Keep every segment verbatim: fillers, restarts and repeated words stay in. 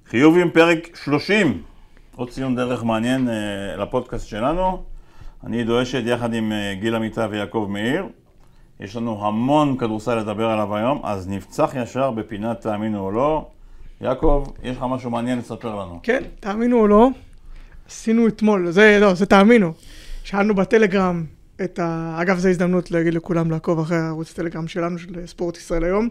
חיובים פרק שלושים, עוד ציון דרך מעניין uh, לפודקאסט שלנו. אני דואשת יחד עם uh, גיל אמיתה ויעקב מאיר. יש לנו המון כדורסל לדבר עליו היום, אז נפצח ישר בפינת תאמינו או לא. יעקב, יש לך משהו מעניין לספר לנו? כן, תאמינו או לא. עשינו אתמול, זה לא, זה תאמינו. שאלנו בטלגרם את ה... אגב, זו הזדמנות להגיד לכולם לעקוב אחרי הערוץ הטלגרם שלנו, של ספורט ישראל היום.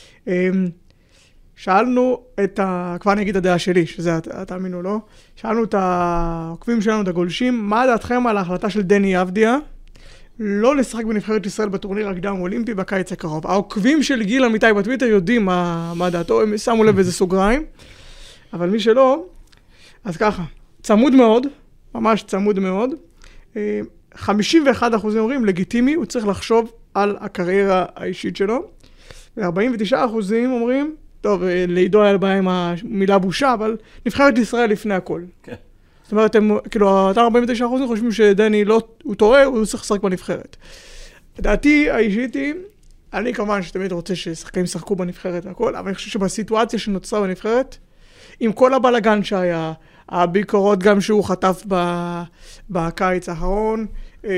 שאלנו את ה... כבר אני אגיד את הדעה שלי, שזה תאמינו או לא. שאלנו את העוקבים שלנו, את הגולשים, מה דעתכם על ההחלטה של דני אבדיה לא לשחק בנבחרת ישראל בטורניר הקדם אולימפי בקיץ הקרוב. העוקבים של גיל אמיתי בטוויטר יודעים מה, מה דעתו, הם שמו לב איזה סוגריים, אבל מי שלא, אז ככה, צמוד מאוד, ממש צמוד מאוד, חמישים ואחד אחוז אומרים לגיטימי, הוא צריך לחשוב על הקריירה האישית שלו, ו-ארבעים ותשעה אחוז אומרים, טוב, לידו היה לבעיה עם המילה בושה, אבל נבחרת ישראל לפני הכל. כן. זאת אומרת, הם, כאילו, אותם ארבעים ותשעה אחוז חושבים שדני לא, הוא טועה, הוא צריך לשחק בנבחרת. דעתי האישית היא, אני כמובן שתמיד רוצה ששחקנים ישחקו בנבחרת והכל, אבל אני חושב שבסיטואציה שנוצרה בנבחרת, עם כל הבלגן שהיה, הביקורות גם שהוא חטף בקיץ האחרון,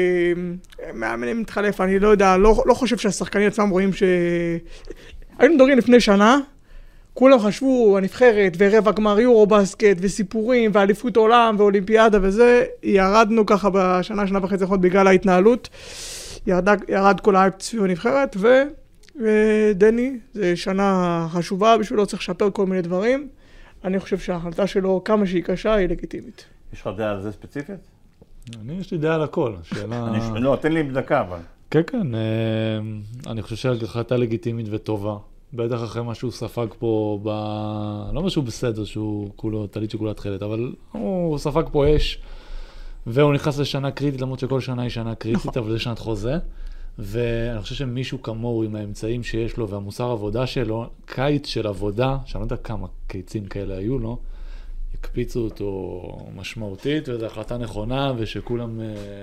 מאמנים מתחלף, אני לא יודע, לא, לא חושב שהשחקנים עצמם רואים ש... היינו מדברים לפני שנה, כולם חשבו, הנבחרת ורבע גמר יורו בסקט וסיפורים ואליפות עולם ואולימפיאדה וזה, ירדנו ככה בשנה, שנה וחצי האחרונות בגלל ההתנהלות, ירד, ירד כל האייפ סביב הנבחרת, ו, ודני, זה שנה חשובה, בשבילו צריך לשפר כל מיני דברים, אני חושב שההחלטה שלו, כמה שהיא קשה, היא לגיטימית. יש לך דעה על זה ספציפית? אני, יש לי דעה על הכל. השאלה... אני, לא, תן לי בדקה, אבל. כן, כן. אני חושב שההחלטה לגיטימית וטובה. בטח אחרי מה שהוא ספג פה, ב... לא משהו בסדר, שהוא כולו, תליט שכולה תחילת, אבל הוא ספג פה אש, והוא נכנס לשנה קריטית, למרות שכל שנה היא שנה קריטית, אבל זה שנת חוזה. ואני חושב שמישהו כמוהו עם האמצעים שיש לו והמוסר עבודה שלו, קיץ של עבודה, שאני לא יודע כמה קיצים כאלה היו לו, יקפיצו אותו משמעותית, וזו החלטה נכונה, ושכולם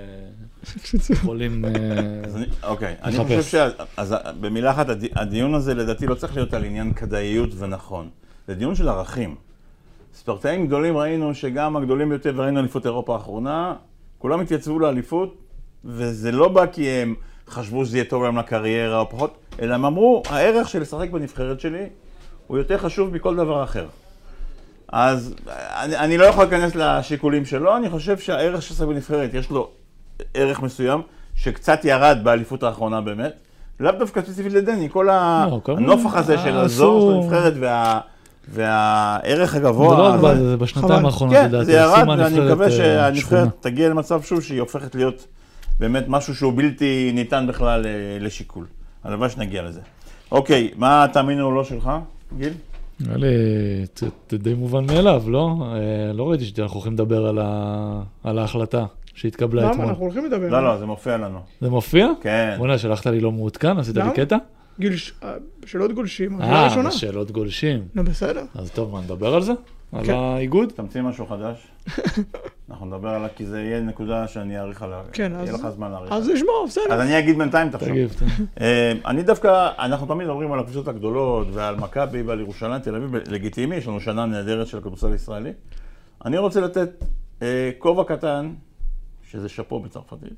יכולים לחפש. אוקיי, אני חושב שבמילה אחת, הדיון הזה לדעתי לא צריך להיות על עניין כדאיות ונכון. זה דיון של ערכים. ספורטאים גדולים ראינו שגם הגדולים ביותר, וראינו אליפות אירופה האחרונה, כולם התייצבו לאליפות, וזה לא בא כי הם חשבו שזה יהיה טוב להם לקריירה או פחות, אלא הם אמרו, הערך של לשחק בנבחרת שלי הוא יותר חשוב מכל דבר אחר. אז אני, אני לא יכול להיכנס לשיקולים שלו, אני חושב שהערך של לשחק בנבחרת יש לו ערך מסוים, שקצת ירד באליפות האחרונה באמת, לאו דווקא ספציפית לדני, כל הנופח הזה של הזור של הנבחרת וה... והערך הגבוה... זה לא הגבוה, זה בשנתיים האחרונות, כן, זה ירד, ואני מקווה שהנבחרת תגיע למצב שוב שהיא הופכת להיות באמת משהו שהוא בלתי ניתן בכלל לשיקול. הלוואי שנגיע לזה. אוקיי, מה תאמינו או לא שלך, גיל? נראה לי, זה די מובן מאליו, לא? לא ראיתי שאנחנו הולכים לדבר על ההחלטה שהתקבלה אתמול. למה? אנחנו הולכים לדבר. לא, לא, זה מופיע לנו. זה מופיע? כן. בוא'נה, שלחת לי לא מעודכן, עשית לי קטע? גיל, שאלות גולשים, אה, שאלות גולשים. נו, בסדר. אז טוב, מה, נדבר על זה? על האיגוד? תמציא משהו חדש. אנחנו נדבר עליו, כי זה יהיה נקודה שאני אעריך עליו. כן, יהיה לך זמן להעריך. אז נשמור, בסדר. אז אני אגיד בינתיים, תחשוב. תגיב. אני דווקא, אנחנו תמיד מדברים על הקבוצות הגדולות, ועל מכבי ועל ירושלים, תל אביב, לגיטימי, יש לנו שנה נהדרת של הכדורסל הישראלי. אני רוצה לתת כובע קטן, שזה שפו בצרפתית,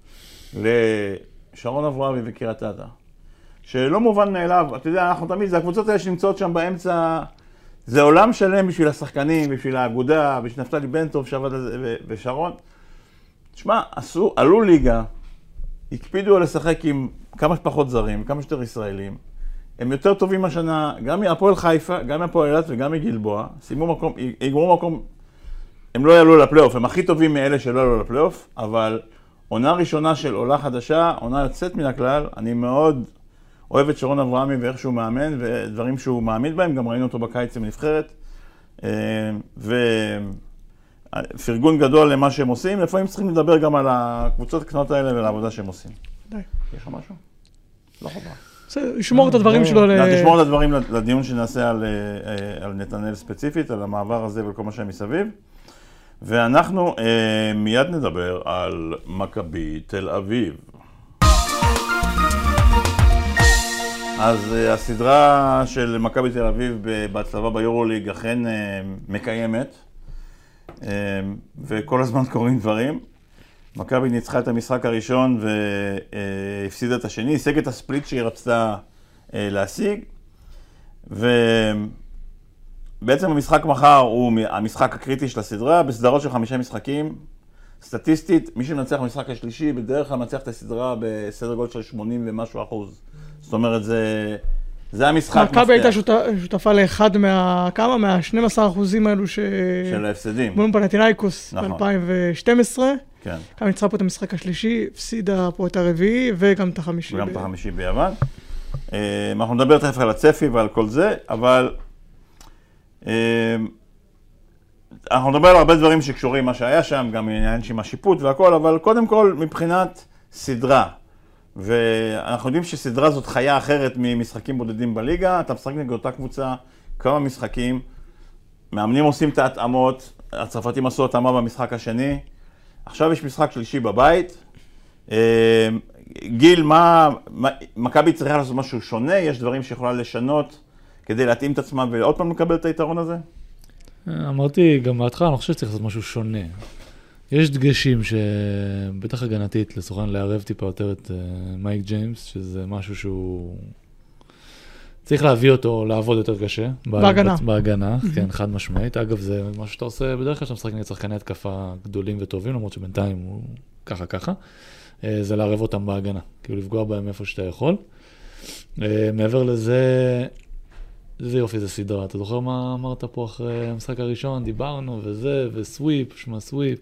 לשרון אברהמי וקריית אתא. שלא מובן מאליו, אתה יודע, אנחנו תמיד, זה הקבוצות האלה שנמצאות שם באמצע, זה עולם שלם בשביל השחקנים, בשביל האגודה, בשביל נפתלי בנטוב שעבד על זה, ושרון. תשמע, עשו, עלו ליגה, הקפידו על לשחק עם כמה שפחות זרים, כמה שיותר ישראלים. הם יותר טובים השנה, גם מהפועל חיפה, גם מהפועל אילת וגם מגלבוע. שימו מקום, יגמרו מקום, הם לא יעלו לפלייאוף, הם הכי טובים מאלה שלא יעלו לפלייאוף, אבל עונה ראשונה של עולה חדשה, עונה יוצאת מן הכלל, אני מאוד אוהב את שרון אברהמי ואיך שהוא מאמן ודברים שהוא מעמיד בהם, גם ראינו אותו בקיץ עם נבחרת. ופרגון גדול למה שהם עושים, לפעמים צריכים לדבר גם על הקבוצות הקטנות האלה ולעבודה שהם עושים. די. יש לך משהו? לא חובה. בסדר, לשמור את הדברים שלו. תשמור את הדברים לדיון שנעשה על נתנאל ספציפית, על המעבר הזה וכל מה שהם מסביב. ואנחנו מיד נדבר על מכבי תל אביב. אז הסדרה של מכבי תל אביב בהצלבה ביורוליג אכן מקיימת, וכל הזמן קורים דברים. מכבי ניצחה את המשחק הראשון והפסידה את השני, השיגה את הספליט שהיא רצתה להשיג, ובעצם המשחק מחר הוא המשחק הקריטי של הסדרה, בסדרות של חמישה משחקים. סטטיסטית, מי שמנצח במשחק השלישי בדרך כלל מנצח את הסדרה בסדר גודל של שמונים ומשהו אחוז. זאת אומרת, זה, זה המשחק מפתח. מכבי הייתה שותפה, שותפה לאחד מה... כמה? מה-שנים עשר אחוזים האלו ש... של ההפסדים. מול פנתינייקוס נכון. ב-אלפיים ושתים עשרה. כן. גם ניצחה פה את המשחק השלישי, הפסידה פה את הרביעי וגם את החמישי. וגם ב... את החמישי ביוון. אנחנו נדבר תכף על הצפי ועל כל זה, אבל... אנחנו נדבר על הרבה דברים שקשורים מה שהיה שם, גם עניין עם השיפוט והכל, אבל קודם כל מבחינת סדרה. ואנחנו יודעים שסדרה זאת חיה אחרת ממשחקים בודדים בליגה, אתה משחק נגד אותה קבוצה, כמה משחקים, מאמנים עושים את ההתאמות, הצרפתים עשו התאמה במשחק השני, עכשיו יש משחק שלישי בבית. גיל, מה, מכבי צריכה לעשות משהו שונה? יש דברים שיכולה לשנות כדי להתאים את עצמם ועוד פעם לקבל את היתרון הזה? אמרתי גם בהתחלה, אני חושב שצריך לעשות משהו שונה. יש דגשים שבטח הגנתית לסוכן לערב טיפה יותר את מייק ג'יימס, שזה משהו שהוא צריך להביא אותו לעבוד יותר קשה. בהגנה. בהגנה, כן, חד משמעית. אגב, זה משהו שאתה עושה בדרך כלל שאתה משחק נגד שחקני התקפה גדולים וטובים, למרות שבינתיים הוא ככה ככה. זה לערב אותם בהגנה, כאילו לפגוע בהם איפה שאתה יכול. מעבר לזה, זה יופי, זה סדרה. אתה זוכר מה אמרת פה אחרי המשחק הראשון? דיברנו וזה, וסוויפ, שמה סוויפ.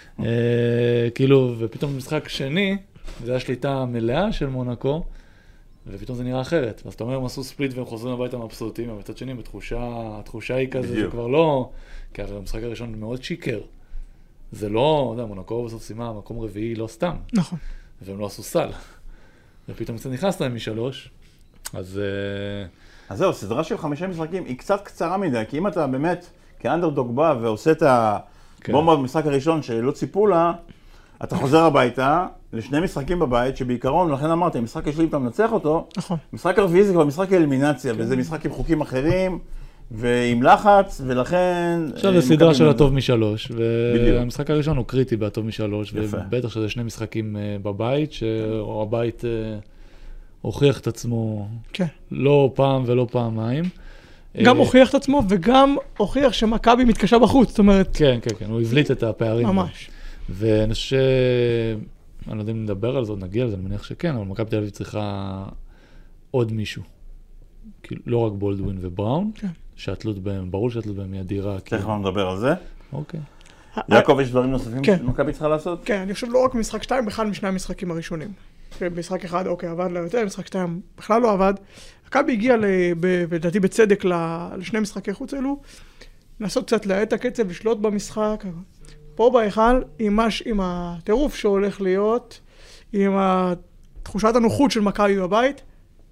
כאילו, ופתאום במשחק שני, זה השליטה המלאה של מונקו, ופתאום זה נראה אחרת. אז אתה אומר, הם עשו ספליט והם חוזרים הביתה מבסוטים, אבל מצד שני, בתחושה, התחושה היא כזה, זה כבר לא... כי הרי המשחק הראשון מאוד שיקר. זה לא, אתה יודע, מונקו בסוף שימה, מקום רביעי לא סתם. נכון. והם לא עשו סל. ופתאום קצת נכנס להם משלוש, אז... אז זהו, סדרה של חמישה משחקים היא קצת קצרה מדי, כי אם אתה באמת כאנדרדוג בא ועושה את הבומבה במשחק הראשון שלא ציפו לה, אתה חוזר הביתה לשני משחקים בבית, שבעיקרון, לכן אמרתי, המשחק השלישי אתה מנצח אותו, נכון. משחק הרביעי זה כבר משחק האלימינציה, וזה משחק עם חוקים אחרים, ועם לחץ, ולכן... עכשיו זה סדרה של הטוב משלוש, והמשחק הראשון הוא קריטי בהטוב משלוש, ובטח שזה שני משחקים בבית, שהבית... הוכיח את עצמו כן. לא פעם ולא פעמיים. גם הוכיח את עצמו וגם הוכיח שמכבי מתקשה בחוץ, זאת אומרת... כן, כן, כן, הוא הבליט את הפערים. ממש. ואני חושב, אני לא יודע אם נדבר על זה, עוד נגיע על זה, אני מניח שכן, אבל מכבי תל אביב צריכה עוד מישהו. כאילו, לא רק בולדווין ובראון, כן. שהתלות בהם, ברור שהתלות בהם היא אדירה. תכף נדבר על זה. אוקיי. יעקב, יש דברים נוספים שמכבי צריכה לעשות? כן, אני חושב לא רק במשחק שתיים, בכלל משני המשחקים הראשונים. במשחק אחד, אוקיי, עבד לה יותר, במשחק שתיים בכלל לא עבד. מכבי הגיע, לדעתי בצדק, לשני משחקי חוץ אלו, לנסות קצת להאט את הקצב, לשלוט במשחק. פה בהיכל, עם הטירוף שהולך להיות, עם תחושת הנוחות של מכבי בבית,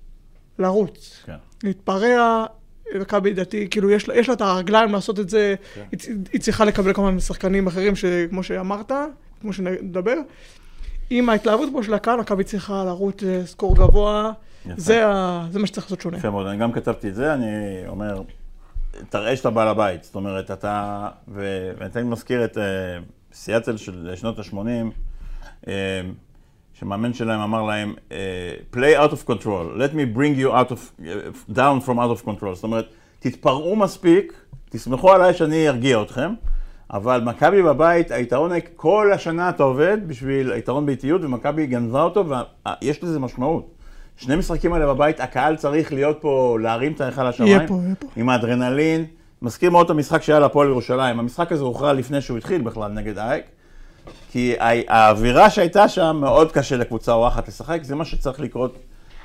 לרוץ. כן. להתפרע, מכבי דעתי, כאילו יש לה, יש לה את הרגליים לעשות את זה, כן. היא, היא צריכה לקבל כמובן משחקנים אחרים, כמו שאמרת, כמו שנדבר. עם ההתלהבות פה של הקהל, מכבי צריכה לרוץ סקור גבוה, זה, ה... זה מה שצריך לעשות שונה. יפה מאוד, אני גם כתבתי את זה, אני אומר, תראה שאתה בעל הבית, זאת אומרת, אתה, ו... ואני מזכיר את uh, סיאטל של שנות ה-שמונים, uh, שמאמן שלהם אמר להם, uh, play out of control, let me bring you out of, uh, down from out of control, זאת אומרת, תתפרעו מספיק, תסמכו עליי שאני ארגיע אתכם, אבל מכבי בבית, היתרון, כל השנה אתה עובד בשביל היתרון ביתיות, ומכבי גנבה אותו, ויש לזה משמעות. שני משחקים האלה בבית, הקהל צריך להיות פה, להרים את היכל השמיים. יהיה פה, יהיה פה. עם האדרנלין. מזכיר מאוד את המשחק שהיה לפועל ירושלים. המשחק הזה הוכרע לפני שהוא התחיל בכלל נגד אייק, כי האווירה שהייתה שם מאוד קשה לקבוצה אורחת לשחק, זה מה שצריך לקרות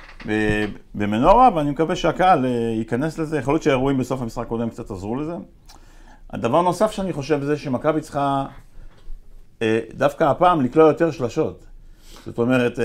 במנורה, ואני מקווה שהקהל ייכנס לזה. יכול להיות שהאירועים בסוף המשחק קודם קצת עזרו לזה. הדבר נוסף שאני חושב זה שמכבי צריכה דווקא הפעם לקלוע יותר שלשות. זאת אומרת,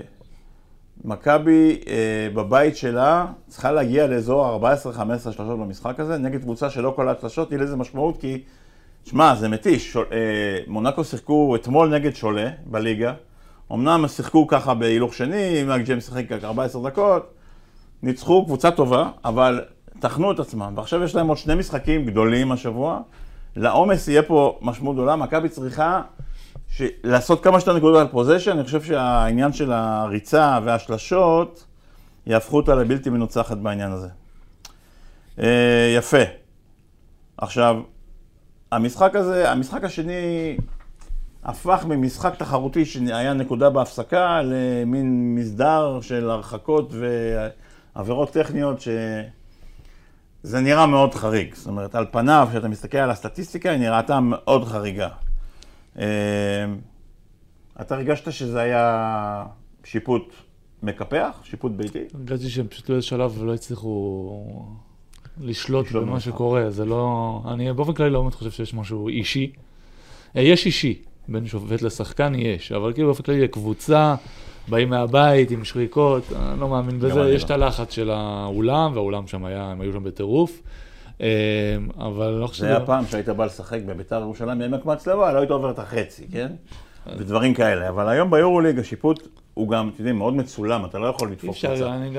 מכבי בבית שלה צריכה להגיע לאזור ארבע עשרה חמש עשרה שלשות במשחק הזה, נגד קבוצה שלא קולעת שלשות, היא לזה משמעות כי, שמע, זה מתיש. מונקו שיחקו אתמול נגד שולה בליגה, אמנם שיחקו ככה בהילוך שני, מייק ג'יימס שיחק ככה ארבע עשרה דקות, ניצחו קבוצה טובה, אבל תכנו את עצמם. ועכשיו יש להם עוד שני משחקים גדולים השבוע. לעומס יהיה פה משמעות גדולה. מכבי צריכה לעשות כמה שיותר נקודות על פוזיישן. אני חושב שהעניין של הריצה והשלשות יהפכו אותה לבלתי מנוצחת בעניין הזה. יפה. עכשיו, המשחק הזה, המשחק השני הפך ממשחק תחרותי שהיה נקודה בהפסקה למין מסדר של הרחקות ועבירות טכניות שזה נראה מאוד חריג. זאת אומרת, על פניו, כשאתה מסתכל על הסטטיסטיקה, היא נראתה מאוד חריגה. אתה הרגשת שזה היה שיפוט מקפח, שיפוט ביתי? הרגשתי שהם פשוט לא שלב ולא הצליחו לשלוט במה שקורה. זה לא... אני באופן כללי לא באמת חושב שיש משהו אישי. יש אישי, בין שופט לשחקן יש, אבל כאילו באופן כללי לקבוצה, באים מהבית עם שריקות, אני לא מאמין בזה. יש את הלחץ של האולם, והאולם שם היה, הם היו שם בטירוף. אבל אני לא חושב... זה היה פעם שהיית בא לשחק בביתר ירושלים, בעמק מצלבה, לא היית עובר את החצי, כן? ודברים כאלה. אבל היום ביורוליג השיפוט הוא גם, אתה יודע, מאוד מצולם, אתה לא יכול לדפוק קצת.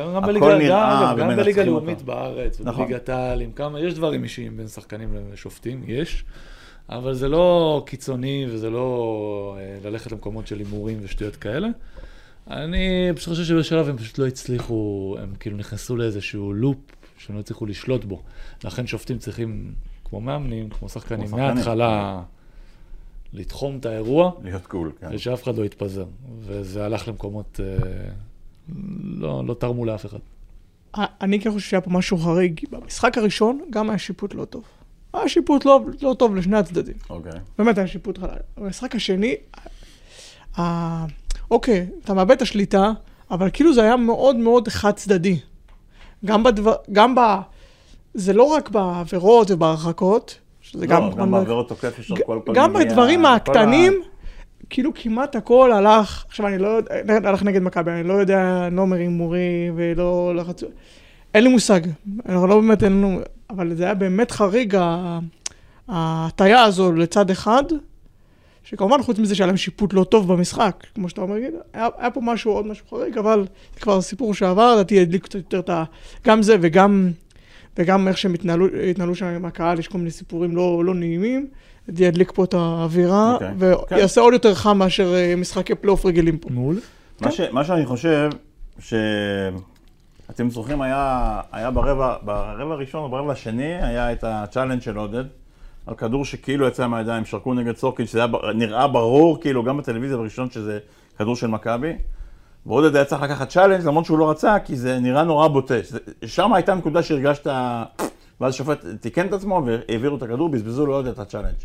גם בליגה לאומית בארץ, ובליגת העל, עם כמה, יש דברים אישיים בין שחקנים לשופטים, יש, אבל זה לא קיצוני וזה לא ללכת למקומות של הימורים ושטויות כאלה. אני פשוט חושב שבשלב הם פשוט לא הצליחו, הם כאילו נכנסו לאיזשהו לופ שהם לא הצליחו לשלוט בו. לכן שופטים צריכים, כמו מאמנים, כמו שחקנים, מההתחלה לתחום את האירוע, להיות קול, כן. ושאף אחד לא יתפזר. וזה הלך למקומות, אה, לא, לא תרמו לאף אחד. אני כן חושב שהיה פה משהו חריג. במשחק הראשון גם היה שיפוט לא טוב. היה שיפוט לא, לא טוב לשני הצדדים. אוקיי. באמת היה שיפוט חלל. במשחק השני, אה, אוקיי, אתה מאבד את השליטה, אבל כאילו זה היה מאוד מאוד חד צדדי. גם בדבר, גם ב... זה לא רק בעבירות ובהרחקות, שזה גם... לא, גם בעבירות תוקף יש כל כל... גם בדברים הקטנים, כאילו כמעט הכל הלך, עכשיו אני לא יודע, הלך נגד מכבי, אני לא יודע נומר הימורי ולא לחצו... אין לי מושג, אנחנו לא באמת אין לנו... אבל זה היה באמת חריג, ההטיה הזו לצד אחד, שכמובן חוץ מזה שהיה להם שיפוט לא טוב במשחק, כמו שאתה אומר, היה, היה פה משהו, עוד משהו חריג, אבל זה כבר סיפור שעבר, דעתי הדליק קצת יותר את ה... גם זה וגם, וגם איך שהם התנהלו, התנהלו שם עם הקהל, יש כל מיני סיפורים לא, לא נעימים, דעתי הדליק פה את האווירה, okay. ויעשה okay. עוד יותר חם מאשר משחקי פלייאוף רגילים פה. מעולה. מה, ש, מה שאני חושב, שאתם זוכרים, היה, היה ברבע, ברבע הראשון או ברבע השני, היה את הצ'אלנג' של עודד, על כדור שכאילו יצא מהידיים, שרקו נגד סורקיץ', שזה נראה ברור, כאילו גם בטלוויזיה בראשון שזה כדור של מכבי. ועודד היה צריך לקחת צ'אלנג' למרות שהוא לא רצה, כי זה נראה נורא בוטה. שם הייתה נקודה שהרגשת, ואז השופט תיקן את עצמו והעבירו את הכדור, בזבזו לו עוד את הצ'אלנג'.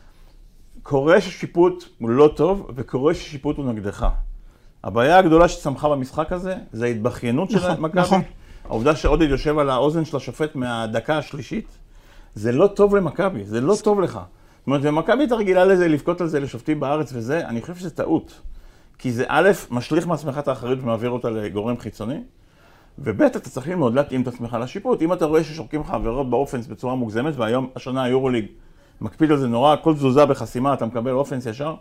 קורה ששיפוט הוא לא טוב, וקורה ששיפוט הוא נגדך. הבעיה הגדולה שצמחה במשחק הזה, זה ההתבכיינות של מכבי. נכון. העובדה שעודד יושב על האוזן של השופט מהדקה השלישית, זה לא טוב למכבי, זה לא טוב לך. זאת אומרת, ומכבי הייתה רגילה לזה, לבכות על זה לשופטים בארץ וזה, אני חושב שזה טעות. כי זה א', משליך מעצמך את האחריות ומעביר אותה לגורם חיצוני, וב', אתה צריך ללמוד להתאים את עצמך לשיפוט. אם אתה רואה ששורקים לך עבירות באופנס בצורה מוגזמת, והיום השנה היורוליג מקפיד על זה נורא, כל תזוזה בחסימה אתה מקבל אופנס ישר,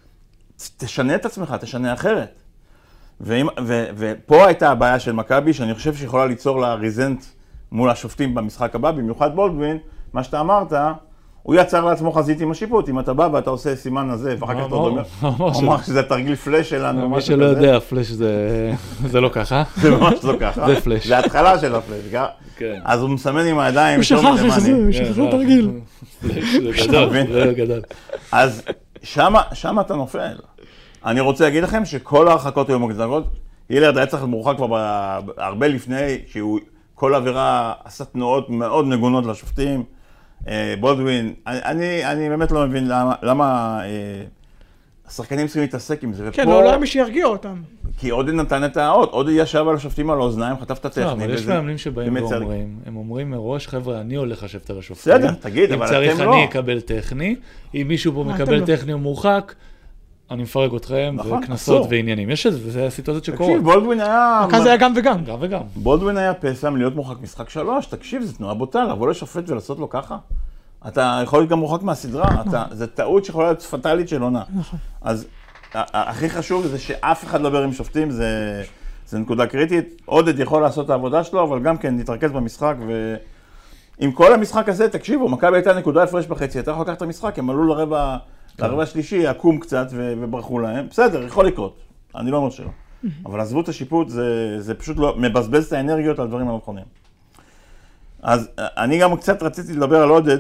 תשנה את עצמך, תשנה אחרת. ואם, ו, ופה הייתה הבעיה של מכבי, שאני חושב שיכולה ליצור לה ריזנט מול השופטים במשחק הבא, במיוחד בולדווין, מה שאתה אמרת, הוא יצר לעצמו חזית עם השיפוט, אם אתה בא ואתה עושה סימן הזה, ואחר כך אתה אומר, הוא אמר שזה תרגיל פלאש שלנו. מי שלא יודע, פלאש זה לא ככה. זה ממש לא ככה. זה פלאש. זה התחלה של הפלאש. אז הוא מסמן עם הידיים. הוא שכח את זה, הוא שכח את תרגיל. זה גדול, זה גדול. אז שמה אתה נופל. אני רוצה להגיד לכם שכל ההרחקות היו מוגזרות, הילרד היה צריך למורחק כבר הרבה לפני, שהוא כל עבירה עשה תנועות מאוד נגונות לשופטים. בולדווין, אני, אני באמת לא מבין למה, למה השחקנים צריכים להתעסק עם זה. כן, לא היה מי שירגיע אותם. כי עודד נתן את האות, עודד ישב על השופטים על האוזניים, חטף את הטכני. אבל יש מאמנים שבאים ואומרים, הם אומרים מראש, חבר'ה, אני הולך לשבת על השופטים. בסדר, תגיד, אבל אתם לא. אם צריך אני אקבל טכני, אם מישהו פה מקבל טכני או מורחק, אני מפרק אתכם, וכנסות ועניינים. יש את זה, זה הסיטואציות שקורות. תקשיב, בולדווין היה... כאן זה היה גם וגם. גם וגם. בולדווין היה פסם להיות מורחק משחק שלוש, תקשיב, זה תנועה בוטה, לבוא לשופט ולעשות לו ככה. אתה יכול להיות גם מורחק מהסדרה, זה טעות שיכולה להיות פטאלית של עונה. אז הכי חשוב זה שאף אחד לא דבר עם שופטים, זה זו נקודה קריטית. עודד יכול לעשות את העבודה שלו, אבל גם כן נתרכז במשחק, ועם כל המשחק הזה, תקשיבו, מכבי הייתה נקודה הפרש בחצי, אתה יכול לקחת את המשחק, הם עלו לרבע, לרבע השלישי, עקום קצת וברחו להם. בסדר, יכול לקרות, אני לא אומר שלא. אבל עזבו את השיפוט, זה, זה פשוט לא, מבזבז את האנרגיות על דברים הנכונים. אז אני גם קצת רציתי לדבר על עודד.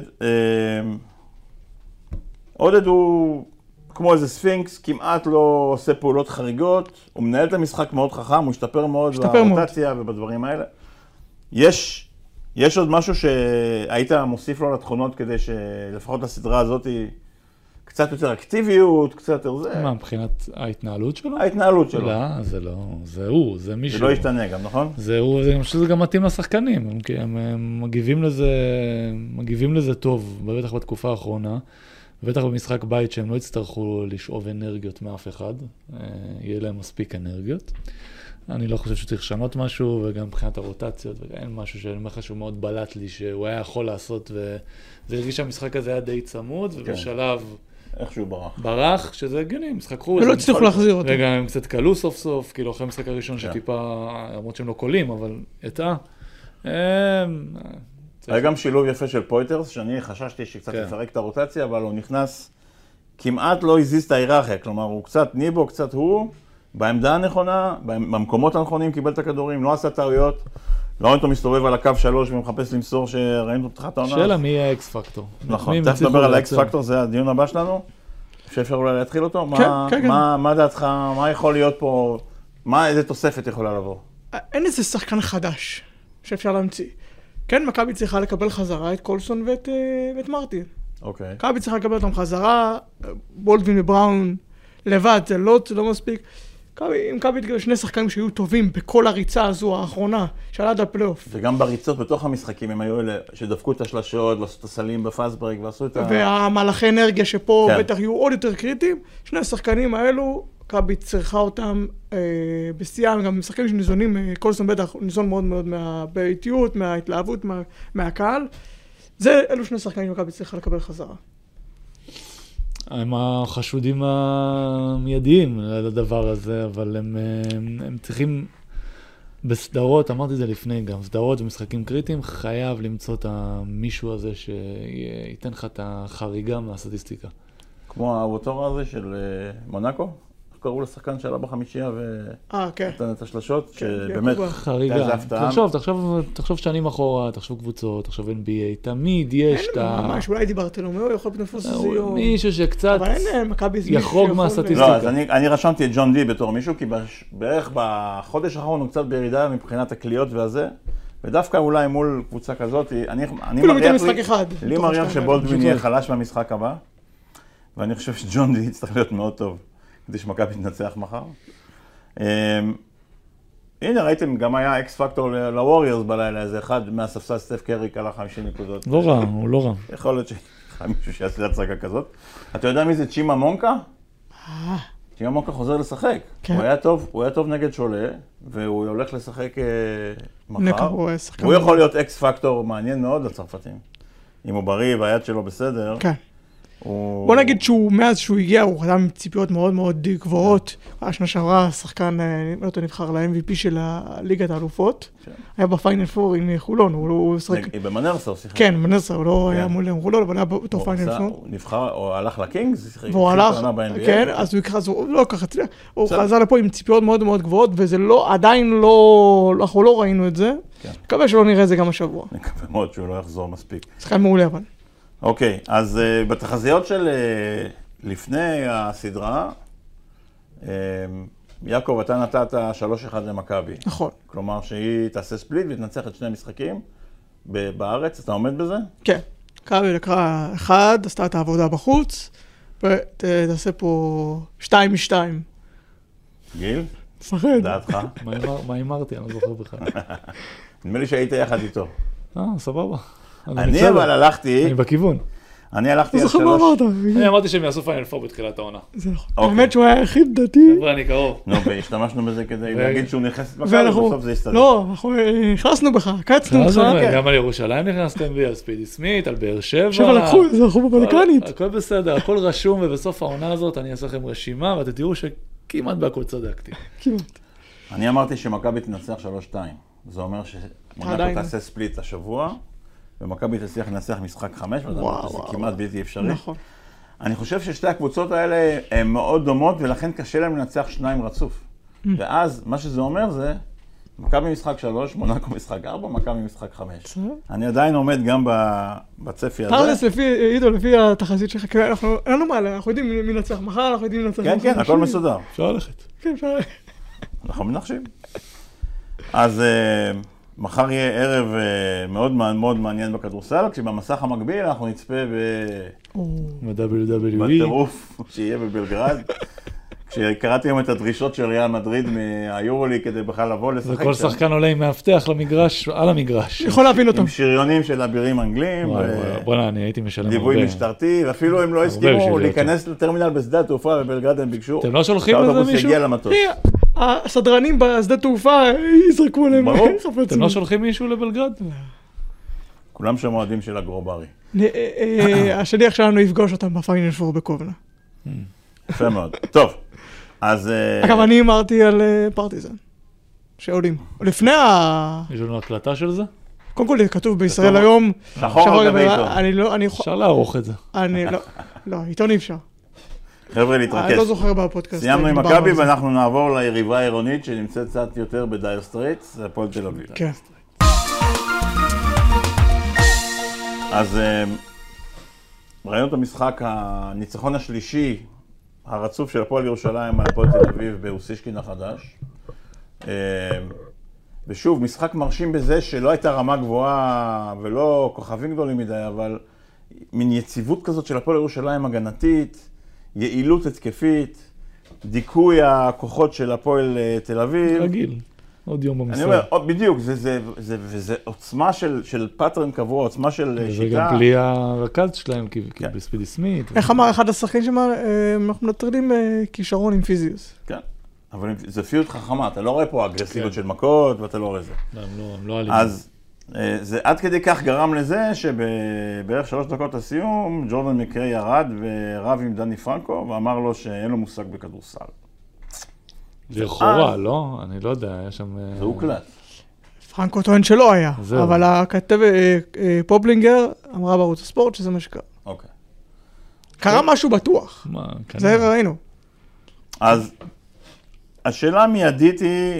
עודד הוא כמו איזה ספינקס, כמעט לא עושה פעולות חריגות, הוא מנהל את המשחק מאוד חכם, הוא השתפר מאוד ברוטציה ובדברים האלה. יש, יש עוד משהו שהיית מוסיף לו לתכונות כדי שלפחות לסדרה הזאת קצת יותר אקטיביות, קצת יותר זה. מה, מבחינת ההתנהלות שלו? ההתנהלות שלו. לא, זה לא, זה הוא, זה מישהו. זה לא ישתנה גם, נכון? זה הוא, אני חושב שזה גם מתאים לשחקנים, הם, הם, הם מגיבים לזה, מגיבים לזה טוב, בטח בתקופה האחרונה, בטח במשחק בית שהם לא יצטרכו לשאוב אנרגיות מאף אחד, יהיה להם מספיק אנרגיות. אני לא חושב שצריך לשנות משהו, וגם מבחינת הרוטציות, ואין משהו שאני אומר לך שהוא מאוד בלט לי, שהוא היה יכול לעשות, וזה הרגיש שהמשחק הזה היה די צמוד, ובשלב... איכשהו ברח. ברח, שזה הגיוני, משחק חוץ. ולא הצליחו להחזיר אותו. וגם הם קצת קלו סוף סוף, כאילו אחרי המשחק הראשון שטיפה, למרות שהם לא קולים, אבל יצא. היה גם שילוב יפה של פויטרס, שאני חששתי שקצת יפרק את הרוטציה, אבל הוא נכנס, כמעט לא הזיז את ההיררכיה, כלומר הוא קצת ניבו, קצת הוא, בעמדה הנכונה, במקומות הנכונים קיבל את הכדורים, לא עשה טעויות, לא ראינו אותו מסתובב על הקו שלוש ומחפש למסור שראינו תחת העונה. שאלה מי יהיה האקס פקטור. נכון, תכף נדבר על האקס פקטור, זה הדיון הבא שלנו, שאפשר אולי להתחיל אותו. מה דעתך, מה יכול להיות פה, איזה תוספת יכולה לבוא? אין איזה שחקן חדש שאפשר להמציא. כן, מכבי צריכה לקבל חזרה את קולסון ואת, ואת מרטין. אוקיי. מכבי צריכה לקבל אותם חזרה, בולדווין ובראון לבד, זה לא, זה לא מספיק. אם מכבי תגלה שני שחקנים שהיו טובים בכל הריצה הזו האחרונה, של עד הפלייאוף. וגם בריצות בתוך המשחקים הם היו אלה שדפקו את השלשות, ועשו את הסלים בפסברג, ועשו את ה... והמהלכי אנרגיה שפה כן. בטח יהיו עוד יותר קריטיים. שני השחקנים האלו, מכבי צריכה אותם אה, בשיאם, גם משחקנים שניזונים, אה, קולסון בטח ניזון מאוד מאוד מהביתיות, מההתלהבות, מה, מהקהל. זה, אלו שני שחקנים מכבי צריכה לקבל חזרה. הם החשודים המיידיים לדבר הזה, אבל הם, הם, הם צריכים בסדרות, אמרתי את זה לפני גם, סדרות ומשחקים קריטיים, חייב למצוא את המישהו הזה שייתן לך את החריגה מהסטטיסטיקה. כמו האוטור הזה של מונאקו? קראו לשחקן שעלה בחמישייה ונתן את השלשות, שבאמת חריגה. תחשוב, תחשוב, תחשוב שנים אחורה, תחשוב קבוצות, תחשוב אן בי איי, תמיד יש את ה... ממש, אולי דיברתי לו, הוא יכול פנפוס איזה יום. מישהו שקצת יחרוג מהסטטיסטיקה. לא, אז אני רשמתי את ג'ון די בתור מישהו, כי בערך בחודש האחרון הוא קצת בירידה מבחינת הקליות והזה, ודווקא אולי מול קבוצה כזאת, לי מריח שבולדווין יהיה חלש במשחק הבא, ואני חושב שג'ון די יצטרך להיות מאוד טוב. כדי שמכבי תנצח מחר. הנה, ראיתם, גם היה אקס פקטור לווריורס בלילה, איזה אחד מהספסל סטף קרי קלה חמישים נקודות. לא רע, הוא לא רע. יכול להיות שמישהו שיעשה הצגה כזאת. אתה יודע מי זה צ'ימה מונקה? צ'ימה מונקה חוזר לשחק. הוא היה טוב, הוא היה טוב נגד שולה, והוא הולך לשחק מחר. הוא יכול להיות אקס פקטור מעניין מאוד לצרפתים. אם הוא בריא והיד שלו בסדר. כן. בוא נגיד שהוא, מאז שהוא הגיע, הוא חתם עם ציפיות מאוד מאוד גבוהות. השנה שעברה, שחקן, לא אותו נבחר ל-אם וי פי של ליגת האלופות. היה בפיינל פור עם חולון, הוא שחק... במנרסה הוא שיחק. כן, במנרסה, הוא לא היה מול חולון, אבל היה באותו פיינל פור. הוא נבחר, הוא הלך לקינגס, והוא הלך, כן, אז הוא לא ככה, הוא חזר לפה עם ציפיות מאוד מאוד גבוהות, וזה לא, עדיין לא, אנחנו לא ראינו את זה. מקווה שלא נראה את זה גם השבוע. מקווה מאוד שהוא לא יחזור מספיק. שחקן מעולה אבל. אוקיי, אז uh, בתחזיות של uh, לפני הסדרה, uh, יעקב, אתה נתת שלוש אחד למכבי. נכון. כלומר שהיא תעשה ספליט ותנצח את שני המשחקים בארץ, אתה עומד בזה? כן. מכבי לקחה אחד, עשתה את העבודה בחוץ, ותעשה פה שתיים משתיים. גיל? מפחד. דעתך? מה אמרתי? אני לא זוכר בכלל. נדמה לי שהיית יחד איתו. אה, סבבה. אני אבל הלכתי... אני בכיוון. אני הלכתי על שלוש... לא זוכר מה אמרת. אני אמרתי שהם יעשו פיינל פור בתחילת העונה. זה נכון. האמת שהוא היה היחיד דתי. חבר'ה, אני קרוב. נו, והשתמשנו בזה כדי להגיד שהוא נכנס את מכבי, ובסוף זה יסתדר. לא, אנחנו נכנסנו בך, קצנו אותך. גם על ירושלים נכנסתם בי, על ספידי סמית, על באר שבע. שבע לקחו, זה אנחנו בבלקנית. הכל בסדר, הכל רשום, ובסוף העונה הזאת אני אעשה לכם רשימה, ואתם תראו שכמעט בהכל צדקתי. כמעט. אני אמרתי שמכבי תנצח שלוש שתיים. זה אומר שמונקו תעשה ספליט השבוע, ומכבי תצליח לנצח משחק חמש, וזה כמעט בלתי אפשרי. נכון. אני חושב ששתי הקבוצות האלה הן מאוד דומות, ולכן קשה להם לנצח שניים רצוף. ואז מה שזה אומר זה, מכבי משחק שלוש, מונקו משחק ארבע, מכבי משחק חמש. אני עדיין עומד גם בצפי הזה. תרלס, לפי, עידו, לפי התחזית שלך, כי אנחנו, אין לנו מעלה, אנחנו יודעים מי נצח מחר, אנחנו יודעים מי נצח מחר. כן, כן, הכל מסודר. אפשר ללכת. כן, אפשר ללכת. אנחנו מנחשים. אז מחר יהיה ערב מאוד מאוד מעניין בכדורסל, כשבמסך המקביל אנחנו נצפה ב-דאבליו דאבליו אי. בטירוף שיהיה בבלגרד. כשקראתי היום את הדרישות של ריאל מדריד מהיורולי כדי בכלל לבוא לשחק. וכל שחקן עולה עם מאבטח למגרש, על המגרש. יכול להבין אותם. עם שריונים של אבירים אנגלים. בוא'נה, אני הייתי משלם הרבה. ליווי משטרתי, ואפילו הם לא הסכימו להיכנס לטרמינל בשדה התעופה בבלגרד, הם ביקשו. אתם לא שולחים לזה מישהו? יגיע למטוס. הסדרנים בשדה תעופה יזרקו עליהם. ברור. אתם לא שולחים מישהו לבלגרד? כולם שם אוהדים של הגרוברי. השליח שלנו יפגוש אותם בפיינל פור בקובנה. יפה מאוד. טוב. אז... אגב, אני אמרתי על פרטיזן, שעולים. לפני ה... יש לנו הקלטה של זה? קודם כל, כתוב בישראל היום... שחור על גבי עיתון. אני לא... אפשר לערוך את זה. אני לא... לא, עיתון אי אפשר. חבר'ה, להתרכז. אני לא זוכר בפודקאסט. סיימנו עם מכבי ואנחנו נעבור ליריבה העירונית שנמצאת קצת יותר בדייר סטרייטס, זה הפועל תל אביב. כן. אז ראינו את המשחק, הניצחון השלישי, הרצוף של הפועל ירושלים על הפועל תל אביב באוסישקין החדש. ושוב, משחק מרשים בזה שלא הייתה רמה גבוהה ולא כוכבים גדולים מדי, אבל מין יציבות כזאת של הפועל ירושלים הגנתית, יעילות התקפית, דיכוי הכוחות של הפועל תל אביב. רגיל, עוד יום במשחק. אני אומר, בדיוק, זה, זה, זה, זה עוצמה של, של פטרן קבוע, עוצמה של שיטה. זה גם בלי הרכז שלהם, כי כן. בספידי סמית. איך אמר אחד השחקנים שמה, אנחנו נטרדים כישרון עם פיזיוס. כן, אבל זה פיוט חכמה, אתה לא רואה פה אגרסיביות כן. של מכות, ואתה לא רואה זה. לא, הם לא, הם לא אלימים. אז זה עד כדי כך גרם לזה שבערך שלוש דקות לסיום, ג'ורדן מקרי ירד ורב עם דני פרנקו, ואמר לו שאין לו מושג בכדורסל. זה לכאורה, לא? אני לא יודע, היה שם... זה הוקלט. פרנקו טוען שלא היה, אבל הכתב פובלינגר אמרה בערוץ הספורט שזה מה שקרה. אוקיי. קרה משהו בטוח. זה ראינו. אז השאלה המיידית היא,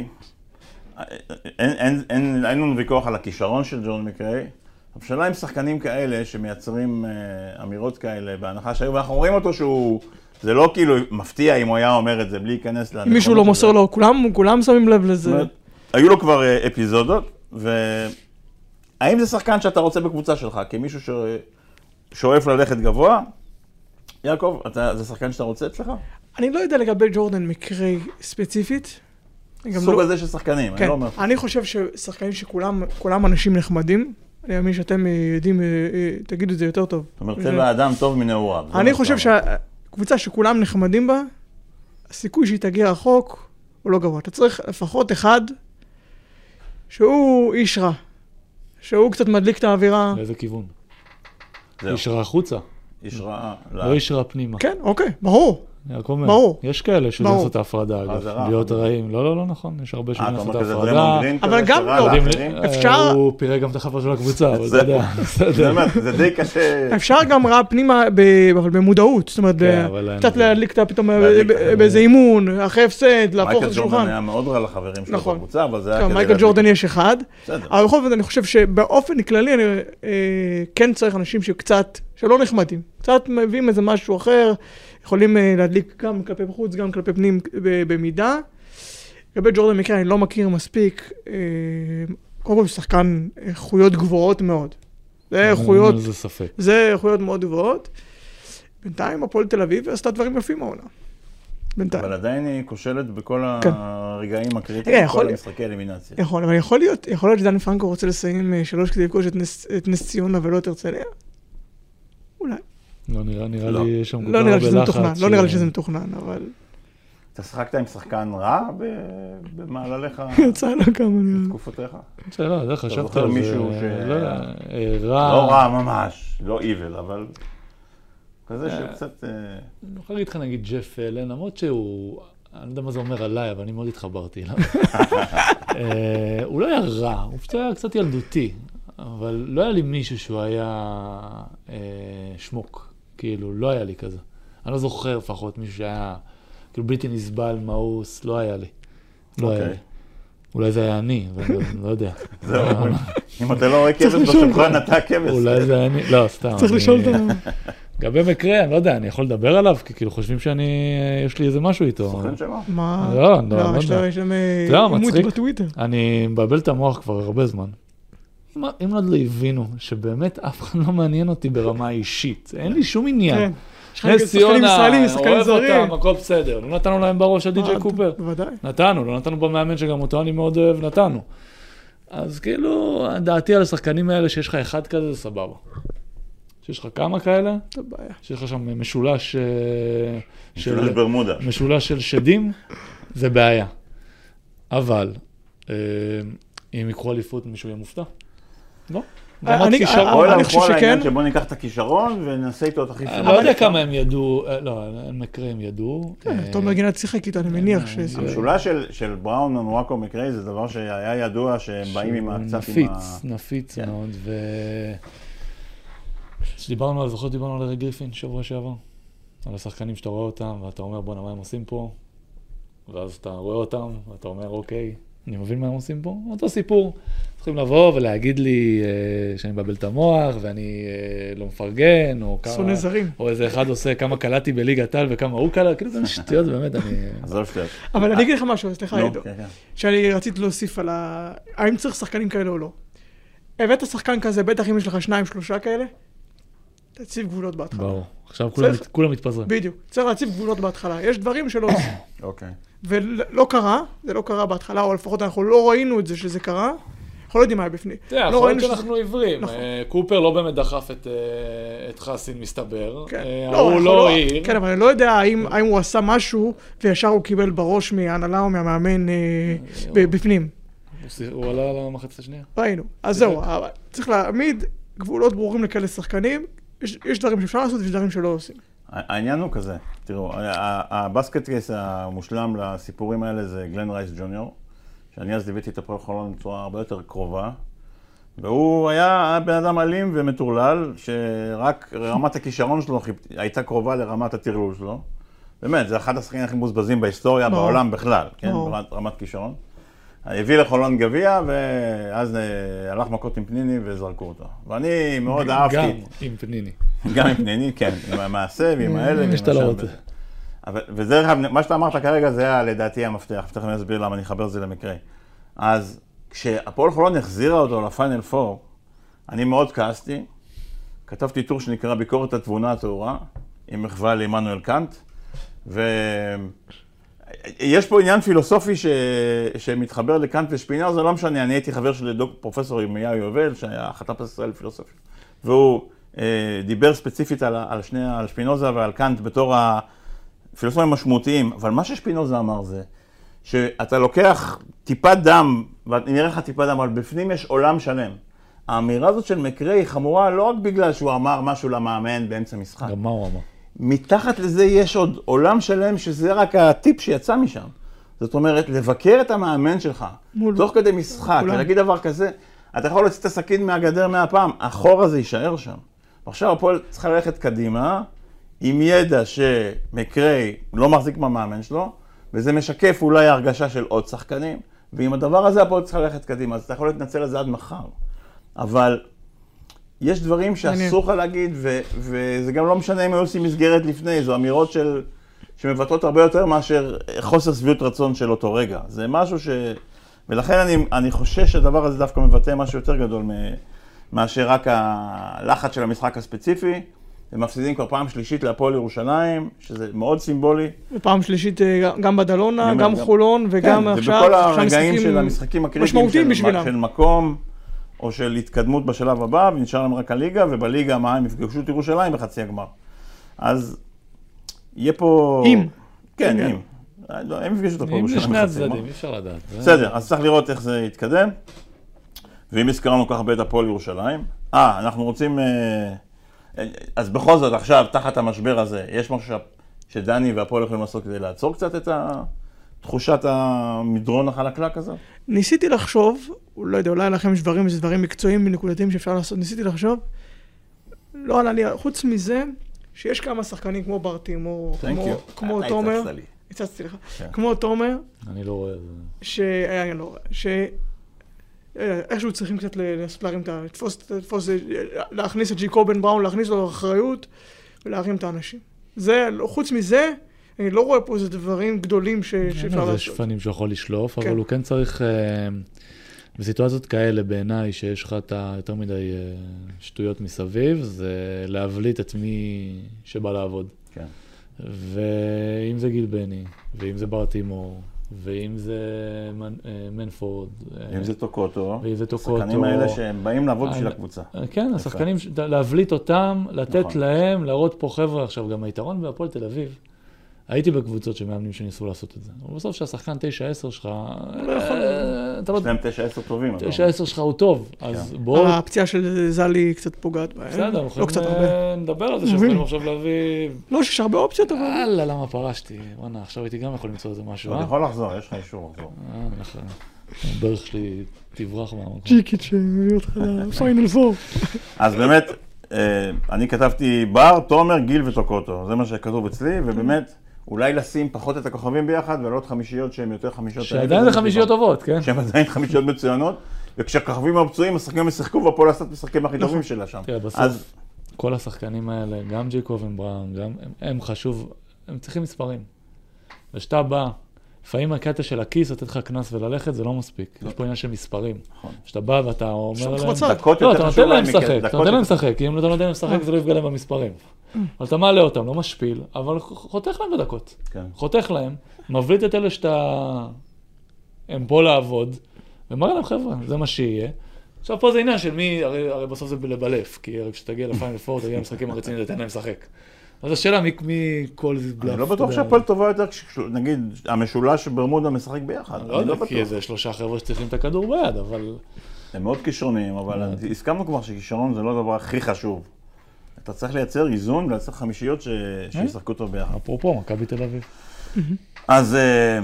אין לנו ויכוח על הכישרון של ג'ורדן מקרי, השאלה עם שחקנים כאלה שמייצרים אמירות כאלה, בהנחה שהיו, ואנחנו רואים אותו שהוא... זה לא כאילו מפתיע אם הוא היה אומר את זה, בלי להיכנס לנכונות. מישהו לא מוסר לו, כולם, כולם שמים לב לזה. זאת אומרת, היו לו כבר אפיזודות, והאם זה שחקן שאתה רוצה בקבוצה שלך, כמישהו ששואף ללכת גבוה? יעקב, אתה, זה שחקן שאתה רוצה אצלך? אני לא יודע לגבי ג'ורדן מקרי ספציפית. סוג הזה של שחקנים, כן, אני לא אומר. אני חושב ששחקנים שכולם כולם אנשים נחמדים, אני מאמין שאתם יודעים, תגידו את זה יותר טוב. זאת אומרת, טבע האדם טוב מנעוריו. אני חושב שה... קבוצה שכולם נחמדים בה, הסיכוי שהיא תגיע רחוק הוא לא גבוה. אתה צריך לפחות אחד שהוא איש רע, שהוא קצת מדליק את האווירה. לאיזה כיוון? איש רע החוצה. איש רע... לא איש רע פנימה. כן, אוקיי, ברור. ברור. יש כאלה שזה לעשות את ההפרדה, אגב, להיות רעים. לא, לא, לא נכון, יש הרבה שזה לעשות את ההפרדה. אבל גם לא, אפשר... הוא פירק גם את החבר של הקבוצה, אבל אתה יודע. זה די קשה. אפשר גם רע פנימה, אבל במודעות. זאת אומרת, קצת להדליק את פתאום באיזה אימון, אחרי הפסד, להפוך את השולחן. מייקל ג'ורדן היה מאוד רע לחברים שלו בקבוצה, אבל זה היה כזה... מייקל ג'ורדן יש אחד. אבל בכל זאת, אני חושב שבאופן כללי, אני כן צריך אנשים שקצת, שלא נחמדים. קצת מביאים איזה משהו אחר, יכולים להדליק גם כלפי בחוץ, גם כלפי פנים במידה. לגבי ג'ורדן מקרי, אני לא מכיר מספיק, קודם כל שחקן איכויות גבוהות מאוד. זה איכויות, זה ספק. זה איכויות מאוד גבוהות. בינתיים הפועל תל אביב עשתה דברים יפים מהעונה. בינתיים. אבל עדיין היא כושלת בכל הרגעים הקריטיים, בכל המשחקי אלימינציה. יכול, אבל יכול להיות, יכול להיות שדני פרנקו רוצה לסיים שלוש כדי לפגוש את נס ציונה ולא את הרצליה? אולי. לא נראה, נראה לי שם לא נראה לי שזה מתוכנן, לא נראה לי שזה מתוכנן, אבל... אתה שחקת עם שחקן רע במעלליך? יצא לה כמה נראה. בתקופותיך? יצא לה, זה חשבת על זה. אתה זוכר מישהו ש... רע... לא רע ממש, לא איבל, אבל... כזה שקצת... אני יכול להגיד לך נגיד ג'ף אלן, למרות שהוא... אני לא יודע מה זה אומר עליי, אבל אני מאוד התחברתי אליו. הוא לא היה רע, הוא פשוט היה קצת ילדותי, אבל לא היה לי מישהו שהוא היה שמוק, כאילו, לא היה לי כזה. אני לא זוכר לפחות מישהו שהיה, כאילו, בלתי נסבל, מאוס, לא היה לי. לא היה לי. אולי זה היה אני, אבל לא יודע. זהו, אם אתה לא רואה כבש בשולחן, אתה כבש. אולי זה היה אני, לא, סתם. צריך לשאול את ה... גבי מקרה, אני לא יודע, אני יכול לדבר עליו, כי כאילו חושבים שאני, יש לי איזה משהו איתו. סוכן שלו? מה? לא, לא, לא יודע. יש להם אימות בטוויטר. אני מבלבל את המוח כבר הרבה זמן. אם עוד לא הבינו שבאמת אף אחד לא מעניין אותי ברמה אישית, אין לי שום עניין. נס ציונה, אוהב אותם, הכל בסדר. לא נתנו להם בראש הדי-ג'יי קופר. בוודאי. נתנו, לא נתנו במאמן שגם אותו אני מאוד אוהב, נתנו. אז כאילו, דעתי על השחקנים האלה שיש לך אחד כזה, זה סבבה. שיש לך כמה כאלה, שיש לך שם משולש משולש ברמודה. משולש של שדים, זה בעיה. אבל, אם יקחו אליפות, מישהו יהיה מופתע? לא. אני חושב שכן. שבוא ניקח את הכישרון ונעשה איתו את הכי אני לא יודע כמה הם ידעו, לא, מקרה הם ידעו. תום מגינת שיחק איתו, אני מניח שזה... המשולש של בראון, נואקו מקרי, זה דבר שהיה ידוע שהם באים עם הקצת עם ה... נפיץ, נפיץ מאוד, ו... שדיברנו על, זוכר דיברנו על ארי גריפין שבוע שעבר, על השחקנים שאתה רואה אותם, ואתה אומר, בוא, מה הם עושים פה? ואז אתה רואה אותם, ואתה אומר, אוקיי, אני מבין מה הם עושים פה? אותו סיפור. צריכים לבוא ולהגיד לי אה, שאני מבלבל את המוח, ואני אה, לא מפרגן, או כמה... שונא זרים. או איזה אחד עושה כמה קלטתי בליגת העל וכמה הוא קלט, כאילו זה שטויות, באמת, אני... עזוב שטויות. אבל אני אגיד לך משהו, סליחה, עידו. שאני רציתי להוסיף על ה... האם צריך שחקנים כאלה או לא? הבאת שחקן כזה, בטח אם יש לך שניים, שלושה כאלה, תציב גבולות בהתחלה. ברור. עכשיו כולם מתפזרים. בדיוק. צריך להציב גבולות בהתחלה. יש דברים שלא עושים. אוקיי. ולא קרה, זה לא קרה בהתחלה, או לפחות אנחנו לא ראינו את זה שזה קרה. אנחנו לא יודעים מה היה בפנים. תראה, יכול להיות שאנחנו עיוורים. קופר לא באמת דחף את חסין, מסתבר. הוא לא העיר. כן, אבל אני לא יודע האם הוא עשה משהו, וישר הוא קיבל בראש מההנהלה או מהמאמן בפנים. הוא עלה על המחצית השנייה. ראינו. אז זהו, צריך להעמיד גבולות ברורים לכאלה שחקנים. יש דברים שאפשר לעשות ויש דברים שלא עושים. העניין הוא כזה, תראו, הבסקט קייס המושלם לסיפורים האלה זה גלן רייס ג'וניור, שאני אז ליוויתי את הפועל חולון בצורה הרבה יותר קרובה, והוא היה בן אדם אלים ומטורלל, שרק רמת הכישרון שלו הייתה קרובה לרמת הטרלול שלו. באמת, זה אחד השחקנים הכי מוזבזים בהיסטוריה, בעולם בכלל, כן? רמת כישרון. הביא לחולון גביע, ואז הלך מכות עם פניני וזרקו אותו. ואני מאוד אהבתי... גם עם פניני. גם עם פניני, כן. עם המעשה ועם האלה. מי שאתה לא רוצה. ודרך אגב, מה שאתה אמרת כרגע זה היה לדעתי המפתח. תכף אני אסביר למה אני אחבר את זה למקרה. אז כשהפועל חולון החזירה אותו לפיינל פור, אני מאוד כעסתי. כתבתי טור שנקרא ביקורת התבונה הטהורה, עם מחווה לעמנואל קאנט, ו... יש פה עניין פילוסופי ש... שמתחבר לקאנט ושפינה, זה לא משנה, אני הייתי חבר של פרופסור ירמיהו יובל, שהיה חתן פרס ישראל לפילוסופיה, והוא אה, דיבר ספציפית על, על, שני, על שפינוזה ועל קאנט בתור הפילוסופים המשמעותיים, אבל מה ששפינוזה אמר זה, שאתה לוקח טיפת דם, ונראה לך טיפת דם, אבל בפנים יש עולם שלם. האמירה הזאת של מקרי היא חמורה לא רק בגלל שהוא אמר משהו למאמן באמצע משחק. גם מה הוא אמר? מתחת לזה יש עוד עולם שלם שזה רק הטיפ שיצא משם. זאת אומרת, לבקר את המאמן שלך, מול... תוך כדי משחק, ולהגיד דבר כזה, אתה יכול להוציא את הסכין מהגדר מהפעם, החור הזה יישאר שם. עכשיו הפועל צריכה ללכת קדימה, עם ידע שמקרי לא מחזיק מהמאמן שלו, וזה משקף אולי הרגשה של עוד שחקנים, ועם הדבר הזה הפועל צריכה ללכת קדימה, אז אתה יכול להתנצל על זה עד מחר. אבל... יש דברים שאסור לך להגיד, ו- וזה גם לא משנה אם היו עושים מסגרת לפני, זו אמירות של, שמבטאות הרבה יותר מאשר חוסר שביעות רצון של אותו רגע. זה משהו ש... ולכן אני, אני חושש שהדבר הזה דווקא מבטא משהו יותר גדול מאשר רק הלחץ של המשחק הספציפי. הם מפסידים כבר פעם שלישית להפועל ירושלים, שזה מאוד סימבולי. פעם שלישית גם בדלונה, גם, גם חולון וגם כן, עכשיו. זה בכל הרגעים של המשחקים הקריטיים של, של מקום. או של התקדמות בשלב הבא, ונשאר להם רק הליגה, ובליגה מה הם יפגשו את ירושלים בחצי הגמר. אז יהיה פה... אם. כן, אם. הם יפגשו את הפועל ירושלים בחצי הגמר. אם לשני הצדדים, אי אפשר לדעת. בסדר, אז צריך לראות איך זה יתקדם. ואם הזכרנו כך בית הפועל ירושלים, אה, אנחנו רוצים... אז בכל זאת, עכשיו, תחת המשבר הזה, יש משהו שדני והפועל יכולים לעשות כדי לעצור קצת את ה... תחושת המדרון החלקלק הזה? ניסיתי לחשוב, לא יודע, אולי לכם יש דברים, יש דברים מקצועיים ונקודתיים שאפשר לעשות, ניסיתי לחשוב, לא עלה לי, חוץ מזה, שיש כמה שחקנים כמו ברטים, או כמו תומר, הצצתי לך, כמו תומר, אני לא רואה את זה. שאני לא רואה, ש... איכשהו צריכים קצת להרים את ה... לתפוס, להכניס את ג'יקובן בראון, להכניס לו אחריות, ולהרים את האנשים. זה, חוץ מזה, אני לא רואה פה איזה דברים גדולים שאפשר לעשות. זה שפנים שיכול לשלוף, אבל הוא כן צריך, בסיטואציות כאלה בעיניי, שיש לך את היותר מדי שטויות מסביב, זה להבליט את מי שבא לעבוד. כן. ואם זה גיל בני, ואם זה בר תימור, ואם זה מנפורד. ואם זה טוקוטו. ואם זה טוקוטו. השחקנים האלה שהם באים לעבוד בשביל הקבוצה. כן, השחקנים, להבליט אותם, לתת להם, להראות פה חבר'ה. עכשיו, גם היתרון בהפועל תל אביב. הייתי בקבוצות שמאמנים שניסו לעשות את זה. אבל בסוף שהשחקן תשע עשר שלך... לא יכול... יש להם תשע עשר טובים. תשע עשר שלך הוא טוב, אז בואו... הפציעה של זלי קצת פוגעת בהם. בסדר, אנחנו נדבר על זה שיכולים עכשיו להביא... לא, שיש הרבה אופציות, אבל... אללה, למה פרשתי? וואנה, עכשיו הייתי גם יכול למצוא איזה משהו, אה? אתה יכול לחזור, יש לך אישור לחזור. אה, נכון. הברך שלי תברח מהמקום. ג'יקיץ' שמביא אותך לפיינל פור. אז באמת, אני כתבתי בר, תומר, גיל וטוקוטו. זה מה שכתוב אצלי, ובאמת... אולי לשים פחות את הכוכבים ביחד, ולעוד חמישיות שהן יותר חמישיות... שעדיין זה חמישיות טובות, כן? שהן עדיין חמישיות מצוינות, וכשהכוכבים הפצועים, השחקנים ישחקו, והפועל לעשות משחקים הכי טובים שלה שם. תראה, בסוף, כל השחקנים האלה, גם ג'ייקובן בראון, גם הם חשוב, הם צריכים מספרים. ושאתה בא, לפעמים הקטע של הכיס, לתת לך כנס וללכת, זה לא מספיק. יש פה עניין של מספרים. כשאתה בא ואתה אומר להם... לא, אתה נותן להם לשחק, אתה נותן להם לשחק, כי אם אתה נותן להם לשחק, זה לא יפגע להם במספרים. אבל אתה מעלה אותם, לא משפיל, אבל חותך להם בדקות. חותך להם, מבליט את אלה שאתה... הם פה לעבוד, ומראה להם חבר'ה, זה מה שיהיה. עכשיו פה זה עניין של מי, הרי בסוף זה לבלף, כי כשתגיע לפיינל פור, תגיע למשחקים הרציניים, תתן להם לשחק. אז השאלה מי כל זה בלף. אני לא בטוח שהפועל טובה יותר, נגיד, המשולש ברמודה משחק ביחד. אני לא יודע, כי זה שלושה חבר'ה שצריכים את הכדור ביד, אבל... הם מאוד כישרוניים, אבל הסכמנו כבר שכישרון זה לא הדבר הכי חשוב. אתה צריך לייצר איזון ולייצר חמישיות שישחקו טוב ביחד. אפרופו, מכבי תל אביב. אז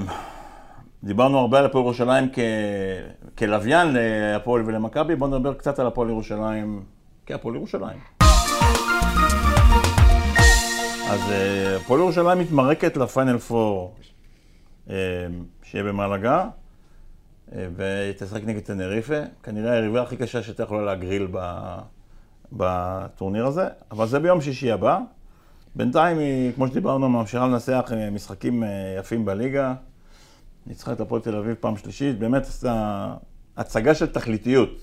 דיברנו הרבה על הפועל ירושלים כלוויין להפועל ולמכבי, בואו נדבר קצת על הפועל ירושלים כהפועל ירושלים. אז הפועל ירושלים מתמרקת לפיינל פור, שיהיה במעלגה, ותשחק נגד טנריפה, כנראה היריבה הכי קשה שאתה יכולה להגריל בטורניר הזה, אבל זה ביום שישי הבא. בינתיים היא, כמו שדיברנו, ממשיכה לנסח משחקים יפים בליגה, ניצחה את הפועל תל אביב פעם שלישית, באמת עשתה הצגה של תכליתיות.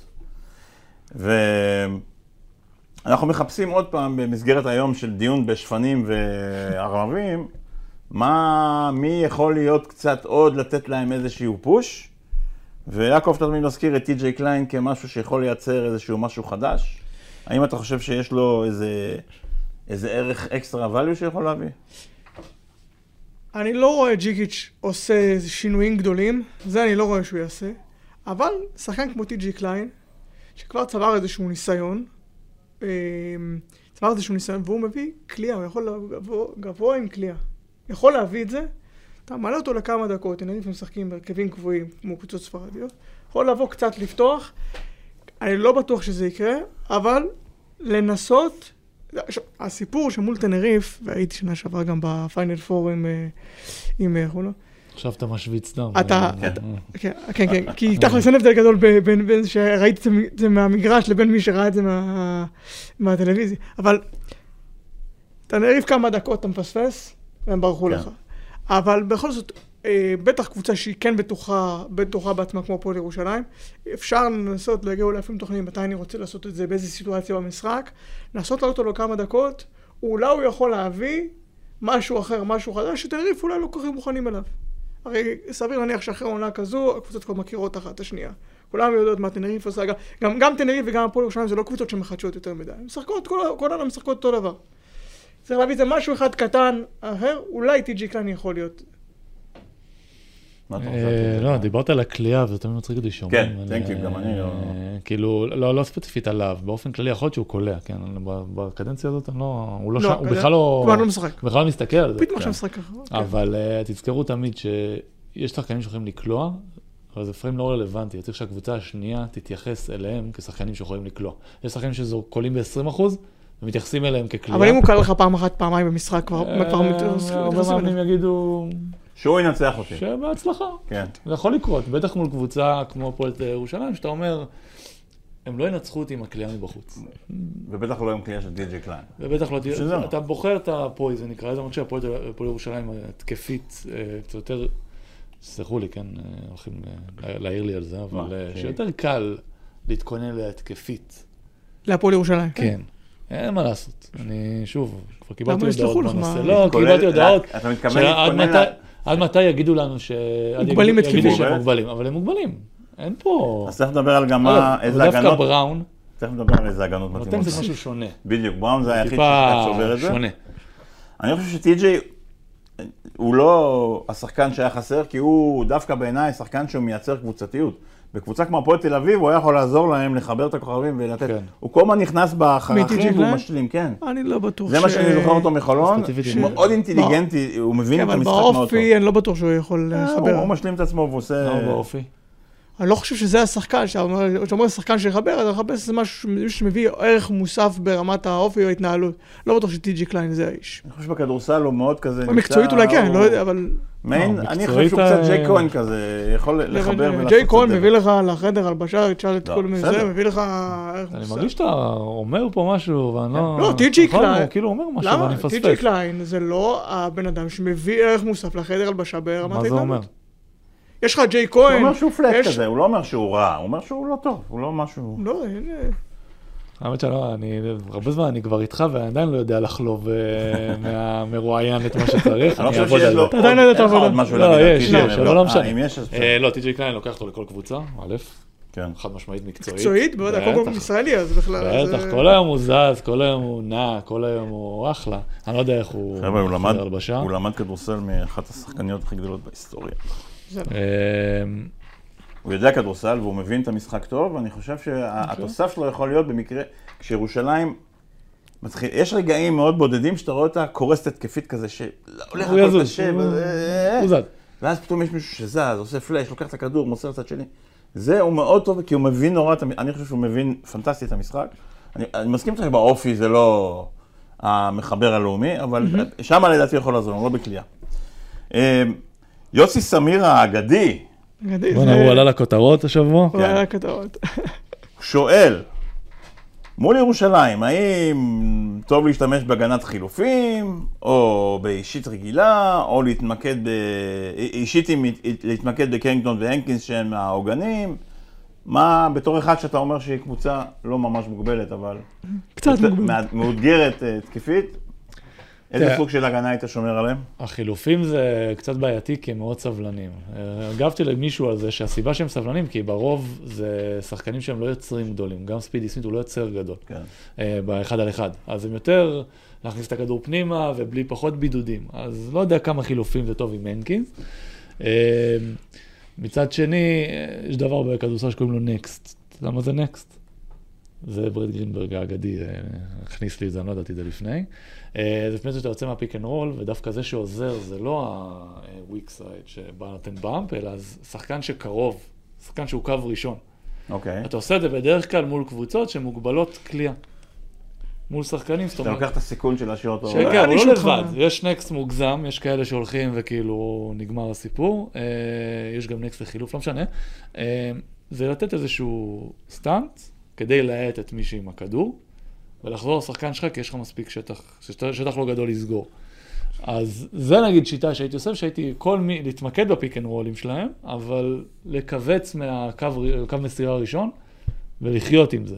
ואנחנו מחפשים עוד פעם במסגרת היום של דיון בשפנים וערבים, מה, מי יכול להיות קצת עוד לתת להם איזשהו פוש, ויעקב תמיד מזכיר את טי.ג'יי קליין כמשהו שיכול לייצר איזשהו משהו חדש. האם אתה חושב שיש לו איזה, איזה ערך אקסטרה ואליו שיכול להביא? אני לא רואה ג'יקיץ' עושה שינויים גדולים, זה אני לא רואה שהוא יעשה, אבל שחקן כמו טי.ג'יי קליין, שכבר צבר איזשהו ניסיון, צבר איזשהו ניסיון, והוא מביא קליעה, הוא יכול לבוא גבוה עם קליעה. יכול להביא את זה, אתה מעלה אותו לכמה דקות, הנה לפעמים משחקים בהרכבים קבועים, כמו קבוצות ספרדיות, יכול לבוא קצת לפתוח, אני לא בטוח שזה יקרה, אבל לנסות, הסיפור שמול טנריף, והייתי שנה שעברה גם בפיינל פור עם, עם, איך הוא לא? עכשיו אתה משוויץ דם. אתה, כן, כן, כן, כי תכלס אין הבדל גדול בין שראיתי את זה מהמגרש לבין מי שראה את זה מהטלוויזיה, אבל טנריף כמה דקות אתה מפספס, והם ברחו לך. אבל בכל זאת, בטח קבוצה שהיא כן בטוחה, בטוחה בעצמה כמו הפועל ירושלים, אפשר לנסות להגיע אולי אפילו תוכנים, מתי אני רוצה לעשות את זה, באיזו סיטואציה במשחק, לנסות לעלות לו כמה דקות, אולי הוא יכול להביא משהו אחר, משהו חדש, שטנריף אולי לא כל כך מוכנים אליו. הרי סביר להניח שאחרי עונה כזו, הקבוצות כבר מכירות אחת השנייה. כולם יודעות מה טנריף עושה, גם, גם טנריף וגם הפועל ירושלים זה לא קבוצות שמחדשות יותר מדי. הם משחקות, כל, כל העולם משחקות אותו דבר. צריך להביא את זה משהו אחד קטן אחר, אולי טי.ג'יי קליין יכול להיות. לא, דיברת על הקליעה, וזה תמיד מצחיק אותי שאומרים. כן, תנקיו, גם אני לא... כאילו, לא ספציפית עליו, באופן כללי יכול להיות שהוא קולע, כן, בקדנציה הזאת, הוא בכלל לא... כבר לא משחק. בכלל לא מסתכל על זה. פתאום עכשיו משחק ככה. אבל תזכרו תמיד יש שחקנים שיכולים לקלוע, אבל זה פריים לא רלוונטי. צריך שהקבוצה השנייה תתייחס אליהם כשחקנים שיכולים לקלוע. יש שחקנים שקולים ב-עשרים אחוז, ומתייחסים אליהם כקליעה. אבל אם הוא קל לך פעם אחת, פעמיים במשחק, כבר הרבה מאמנים יגידו... שהוא ינצח אותי. שבהצלחה. כן. זה יכול לקרות, בטח מול קבוצה כמו הפועל ירושלים, שאתה אומר, הם לא ינצחו אותי עם הקליעה מבחוץ. ובטח לא עם קליעה של די.ג'יי קליין. ובטח לא תהיה, אתה בוחר את הפויזן, נקרא לזה, שהפועל ירושלים התקפית, קצת יותר, סלחו לי, כן, הולכים להעיר לי על זה, אבל שיותר קל להתכונן להתקפית. להפועל ירושלים. כן. אין מה לעשות. אני, שוב, כבר קיבלתי הודעות בנושא. לא, קיבלתי הודעות. אתה מתכוון להתכונן... עד מתי יגידו לנו ש... מוגבלים התקפים. שהם מוגבלים, אבל הם מוגבלים. אין פה... אז צריך לדבר על גם מה, איזה הגנות... דווקא בראון... צריך לדבר על איזה הגנות מתאימות. נותן זה משהו שונה. בדיוק, בראון זה היחיד ששובר את זה. שונה. אני חושב שטי.ג'יי הוא לא השחקן שהיה חסר, כי הוא דווקא בעיניי שחקן שהוא מייצר קבוצתיות. בקבוצה כמו הפועל תל אביב, הוא היה יכול לעזור להם לחבר את הכוכבים ולתת... הוא כל הזמן נכנס בחרכים והוא משלים, כן. אני לא בטוח ש... זה מה שאני זוכר אותו מחולון, הוא מאוד אינטליגנטי, הוא מבין את המשחק מאוד טוב. אבל באופי אני לא בטוח שהוא יכול לחבר. הוא משלים את עצמו והוא עושה... לא באופי. אני לא חושב שזה השחקן, שאומר שחקן שיחבר, אז אני מחפש משהו שמביא ערך מוסף ברמת האופי או ההתנהלות. לא בטוח שטי.ג'יי קליין זה האיש. אני חושב שבכדורסל הוא מאוד כזה... מקצועית אולי כן, לא יודע, אבל... מיין, אני חושב שהוא קצת ג'יי כהן כזה, יכול לחבר ולעשות את זה. ג'יי כהן מביא לך לחדר הלבשה, תשאל את כל מזה, מביא לך ערך אני מוסף. מרגיש שאתה אומר פה משהו, ואני לא... לא, טי.ג'יי קליין... הוא כאילו אומר משהו, ואני מפספס. למה? טי.ג'יי קליין זה לא הבן אדם שמביא ערך מוסף לחדר הלבשה ברמת ההתנהלות. מה זה אומר? יש לך ג'יי כהן. הוא אומר שהוא פלט כזה, הוא לא אומר שהוא רע, הוא אומר שהוא לא טוב, הוא לא משהו... לא, הנה... האמת שלא, אני, הרבה זמן אני כבר איתך ואני עדיין לא יודע לחלוב מהמרואיין את מה שצריך, אני אעבוד על זה. אתה עדיין לא יודע את העבודה. לא, יש, יש, אבל לא משנה. אם יש, אז... לא, טי.ג'יי קליין לוקח אותו לכל קבוצה, א', חד משמעית מקצועית. מקצועית? בוודאי, כל כך ישראלי אז בכלל. בטח, כל היום הוא זז, כל היום הוא נע, כל היום הוא אחלה. אני לא יודע איך הוא... חבר'ה, הוא למד כדורסל מאחת השחקניות הכי גדולות בהיסטוריה. הוא יודע כדורסל והוא מבין את המשחק טוב, ואני חושב שהתוסף שלו יכול להיות במקרה, כשירושלים, יש רגעים מאוד בודדים שאתה רואה אותה קורסת התקפית כזה, שהולך הכל קשה, ואז פתאום יש מישהו שזז, עושה פלאש, לוקח את הכדור, מוסר את הצד שני. זה הוא מאוד טוב, כי הוא מבין נורא, אני חושב שהוא מבין פנטסטי את המשחק. אני מסכים איתך שבאופי זה לא המחבר הלאומי, אבל שם לדעתי יכול לעזור, לא בקליעה. יוסי סמיר האגדי, בוא'נה, הוא עלה לכותרות השבוע? הוא עלה לכותרות. שואל, מול ירושלים, האם טוב להשתמש בהגנת חילופים, או באישית רגילה, או להתמקד ב... אישית להתמקד בקרינגטון והנקינס שהם העוגנים? מה, בתור אחד שאתה אומר שהיא קבוצה לא ממש מוגבלת, אבל... קצת מוגבלת. מאותגרת תקפית? איזה סוג של הגנה היית שומר עליהם? החילופים זה קצת בעייתי כי הם מאוד סבלנים. הגבתי למישהו על זה שהסיבה שהם סבלנים, כי ברוב זה שחקנים שהם לא יוצרים גדולים. גם ספידי סמית הוא לא יוצר גדול. באחד על אחד. אז הם יותר להכניס את הכדור פנימה ובלי פחות בידודים. אז לא יודע כמה חילופים זה טוב עם הנקינס. מצד שני, יש דבר בכדורסל שקוראים לו נקסט. למה זה נקסט? זה ברד גרינברג האגדי, הכניס לי את זה, אני לא ידעתי את זה לפני. זה לפני שאתה יוצא מהפיק אנד רול, ודווקא זה שעוזר, זה לא ה-weak side שבא נותן באמפ, אלא שחקן שקרוב, שחקן שהוא קו ראשון. אוקיי. אתה עושה את זה בדרך כלל מול קבוצות שמוגבלות קליעה. מול שחקנים, זאת אומרת. אתה לוקח את הסיכון של להשאיר אותו. שכן, הוא לא לבד. יש נקסט מוגזם, יש כאלה שהולכים וכאילו נגמר הסיפור. יש גם נקסט לחילוף, לא משנה. זה לתת איזשהו סטאנט, כדי להעט את מישהי עם הכדור, ולחזור לשחקן שלך, כי יש לך מספיק שטח, שטח לא גדול לסגור. אז זה נגיד שיטה שהייתי עושה, שהייתי כל מי, להתמקד בפיק אנד רולים שלהם, אבל לקבץ מהקו מסירה הראשון, ולחיות עם זה.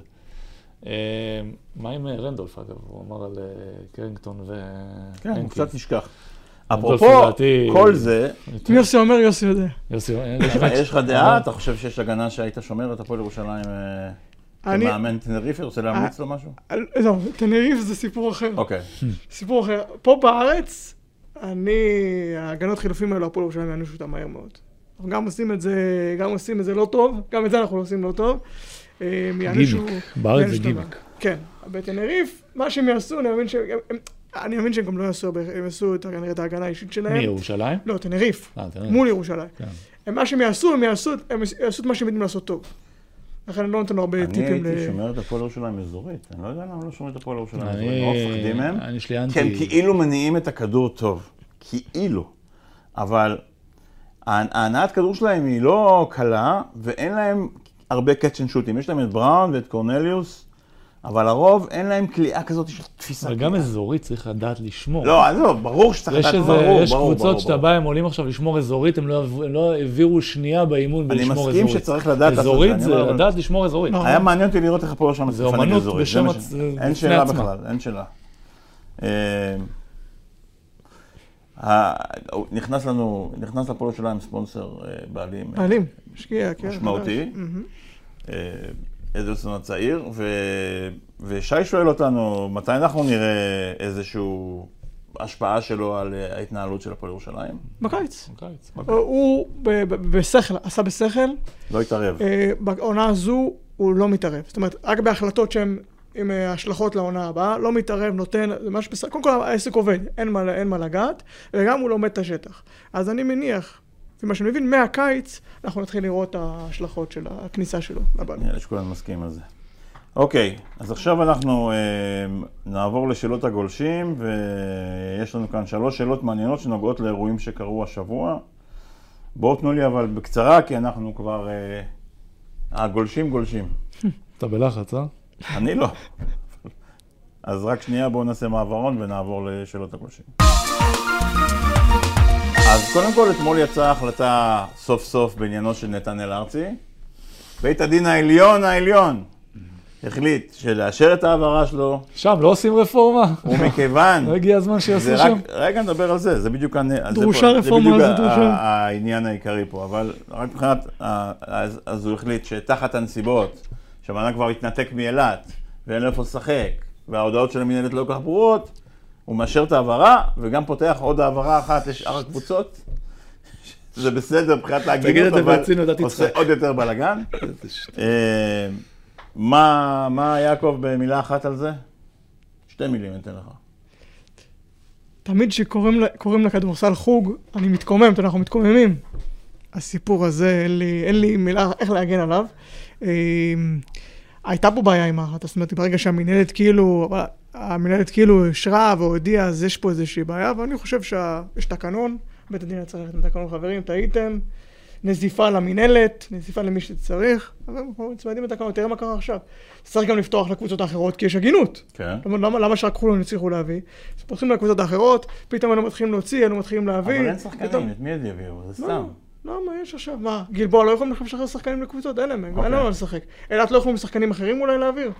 מה עם רנדולף, אגב? הוא אמר על קרינגטון ו... כן, הוא קצת נשכח. אפרופו, כל זה... יוסי אומר, יוסי יודע. יוסי, יש לך דעה? אתה חושב שיש הגנה שהיית שומר את הפועל ירושלים כמאמן טנריף? רוצה להמליץ לו משהו? לא, טנריף זה סיפור אחר. אוקיי. סיפור אחר. פה בארץ, אני, ההגנות חילופים האלו, הפועל ירושלים יענישו אותם מהר מאוד. אנחנו גם עושים את זה, גם עושים את זה לא טוב, גם את זה אנחנו לא עושים לא טוב. גימיק, בארץ זה גימיק. כן, בטנריף, מה שהם יעשו, אני מבין שהם, אני מאמין שהם גם לא יעשו, הם יעשו את כנראה את ההגנה האישית שלהם. מי, ירושלים? לא, תנריף. אה, תנריף. מול ירושלים. כן. הם מה שהם יעשו, הם יעשו, הם יעשו את מה שהם יודעים לעשות טוב. לכן אני לא נותן לו הרבה טיפים. אני הייתי שומר את הפועל ירושלים אזורית. אני לא יודע למה לא שומר את הפועל ירושלים אני- אזורית. לא מפחדים מהם. אני יש לי אנטי... כי הם כאילו מניעים את הכדור טוב. כאילו. אבל ההנעת כדור שלהם היא לא קלה, ואין להם הרבה קאצ' אנד שוטים. יש להם את בראון ואת קורנליוס, אבל לרוב אין להם קליעה כזאת של תפיסה. אבל גם אזורית צריך לדעת לשמור. לא, אז לא, ברור שצריך יש לדעת, איזה, ברור, יש ברור, קבוצות ברור, שאתה ברור. בא, הם עולים עכשיו לשמור אזורית, הם לא, הם לא העבירו שנייה באימון אני בלשמור מסכים אזורית. שצריך לדעת לעשות את אזורית זה, זה אני אומר, לדעת לשמור אזורית. לא. היה מעניין אותי לראות איך הפועל שם זה מפנים אומנות אזורית. בשם זה מה עצ- ש- בפני אין שאלה עצמה. בכלל, אין שאלה. אה, ה- נכנס לנו, נכנס לפועל שלהם ספונסר אה, בעלים אה, בעלים, משקיע, כן. משמעותי. חדש. מהמם. אה, אדלסון הצעיר, ו- ושי שואל אותנו, מתי אנחנו נראה איזושהי השפעה שלו על אה, ההתנהלות של הפועל ירושלים? בקיץ. בקיץ. הוא ב- ב- בשכל, עשה בשכל. לא התערב. אה, בעונה הזו הוא לא מתערב. זאת אומרת, רק בהחלטות שהן עם אה, השלכות לעונה הבאה, לא מתערב, נותן, זה משהו בסדר. קודם כל העסק עובד, אין מה, אין מה לגעת, וגם הוא לומד את השטח. אז אני מניח, ומה שאני מבין, מהקיץ אנחנו נתחיל לראות את ההשלכות של הכניסה שלו לבעלים. נראה לי שכולם מסכימים על זה. אוקיי, אז עכשיו אנחנו אה, נעבור לשאלות הגולשים, ויש לנו כאן שלוש שאלות מעניינות שנוגעות לאירועים שקרו השבוע. בואו תנו לי אבל בקצרה, כי אנחנו כבר... אה, הגולשים גולשים. אתה בלחץ, אה? אני לא. אז רק שנייה, בואו נעשה מעברון ונעבור לשאלות הגולשים. אז קודם כל, אתמול יצאה החלטה סוף סוף בעניינו של נתנאל ארצי. בית הדין העליון העליון החליט שלאשר את העברה שלו, שם לא עושים רפורמה? ומכיוון... לא הגיע הזמן שיעשו זה שם? רק, רגע נדבר על זה, זה בדיוק, העני- זה דרושה פה- רפורמה, זה בדיוק זה ה- דרושה. ה- העניין העיקרי פה, אבל רק מבחינת, ה- אז, אז הוא החליט שתחת הנסיבות, שהבנה כבר התנתק מאילת, ואין לו איפה לשחק, וההודעות של המנהלת לא כל כך ברורות, הוא מאשר את העברה, וגם פותח עוד העברה אחת לשאר הקבוצות. זה בסדר מבחינת תגיד את להגינות, זה אבל ברצינות, אל עושה תצחק. עוד יותר בלאגן. אה, מה, מה יעקב במילה אחת על זה? שתי מילים אתן לך. תמיד שקוראים ל- קוראים לכדורסל חוג, אני מתקומם, אתה יודע, אנחנו מתקוממים. הסיפור הזה, אין לי, אין לי מילה איך להגן עליו. אה, הייתה פה בעיה עם ההחלטה, זאת אומרת, ברגע שהמנהלת כאילו, אבל המנהלת כאילו השרה והודיעה, אז יש פה איזושהי בעיה, ואני חושב שיש תקנון, בית הדין צריך לתת תקנון, חברים, טעיתם, נזיפה למנהלת, נזיפה למי שצריך, אבל אנחנו מצמדים לתקנון, תראה מה קרה עכשיו. צריך גם לפתוח לקבוצות האחרות, כי יש הגינות. כן. למה, למה שרק חולון הצליחו להביא? אז פותחים לקבוצות האחרות, פתאום היינו מתחילים להוציא, היינו מתחילים להביא. אבל אין שחקנים, פתאום- את מי עוד יביאו? זה לא, סתם. לא, מה יש עכשיו? מה? גלבוע לא יכולים לשחרר שחקנים לקבוצות? אין להם, אין אוקיי. להם מה לשחק. אילת לא יכולים לשחקנים אחרים אולי להעביר?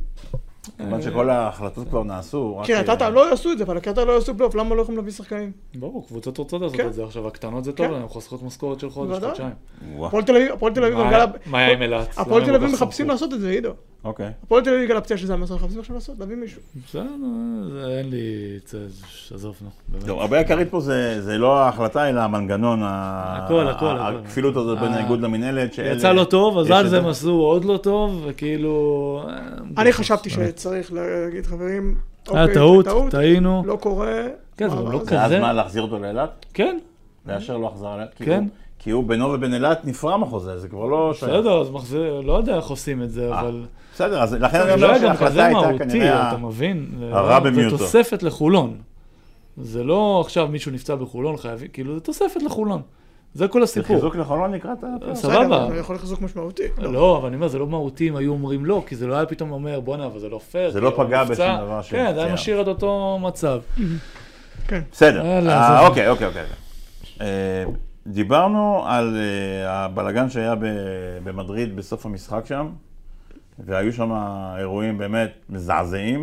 כיוון שכל ההחלטות כבר נעשו. רק- קריית אתא לא יעשו את זה, אבל קריית אתא לא יעשו פלייאוף, למה לא יכולים להביא שחקנים? ברור, קבוצות רוצות לעשות כן. את זה עכשיו, הקטנות זה טוב כן. להם, חוסכות משכורת של חודש, בוודאי. חודשיים. וואו. הפועל תל אביב, הפועל תל אביב, מה- בגלל ה- מה היה עם אילת? למה הפועל הם תל אביב כל כך מחפשים שמחו? לעשות את זה, עידו. אוקיי. הפועל תל אביב בגלל הפציעה שזה המסר, מחפשים עכשיו לעשות, להביא מישהו. בסדר, זה אין לי... זה- עזוב, נו. באמת. טוב, הבעיה העיקרית פה זה זה לא ההחלטה, אלא המנגנון, ה- הכל, הכל, ה- הכל. הכפילות הזאת בין ה- האיגוד למנהלת. שאלה- יצא לא טוב, אז יש על את זה הם עשו עוד לא טוב, וכאילו... אני חשבתי שצריך להגיד, חברים, היה אוקיי, טעות, טעות, טעינו. לא קורה. כן, זה מה- גם מה לא זה? כזה. ואז מה, להחזיר אותו לאילת? כן, לאשר לו החזרה לאילת? כי כן. הוא- כי הוא בינו ובין אילת נפרם החוזה, זה כבר לא שייך. בסדר, אז מחזיר, לא יודע איך עושים את זה, אה, אבל... בסדר, אז לכן אני זה אומר לא היה גם שההחלטה כזה הייתה מהותי, כנראה... אתה מבין? הרע במיעוטו. זה תוספת לחולון. זה לא עכשיו מישהו נפצע בחולון, חייבים, כאילו, זה תוספת לחולון. זה כל זה הסיפור. חיזוק לחולון לקראת הפרק. סבבה. בסדר, זה יכול לחזוק משמעותי. לא, אבל אני אומר, זה לא מהותי אם היו אומרים לא, כי זה לא היה פתאום אומר, בואנה, אבל זה לא פייר. זה לא כי הוא פגע נפצע." בשום דבר של כן, זה היה פציעה. משאיר את אותו מצב. כן. בסדר, יאללה, אה, זה- אוקיי, אוקיי, אוקיי. אה, דיברנו על אה, הבלגן שהיה ב- במדריד בסוף המשחק שם, והיו שם אירועים באמת מזעזעים.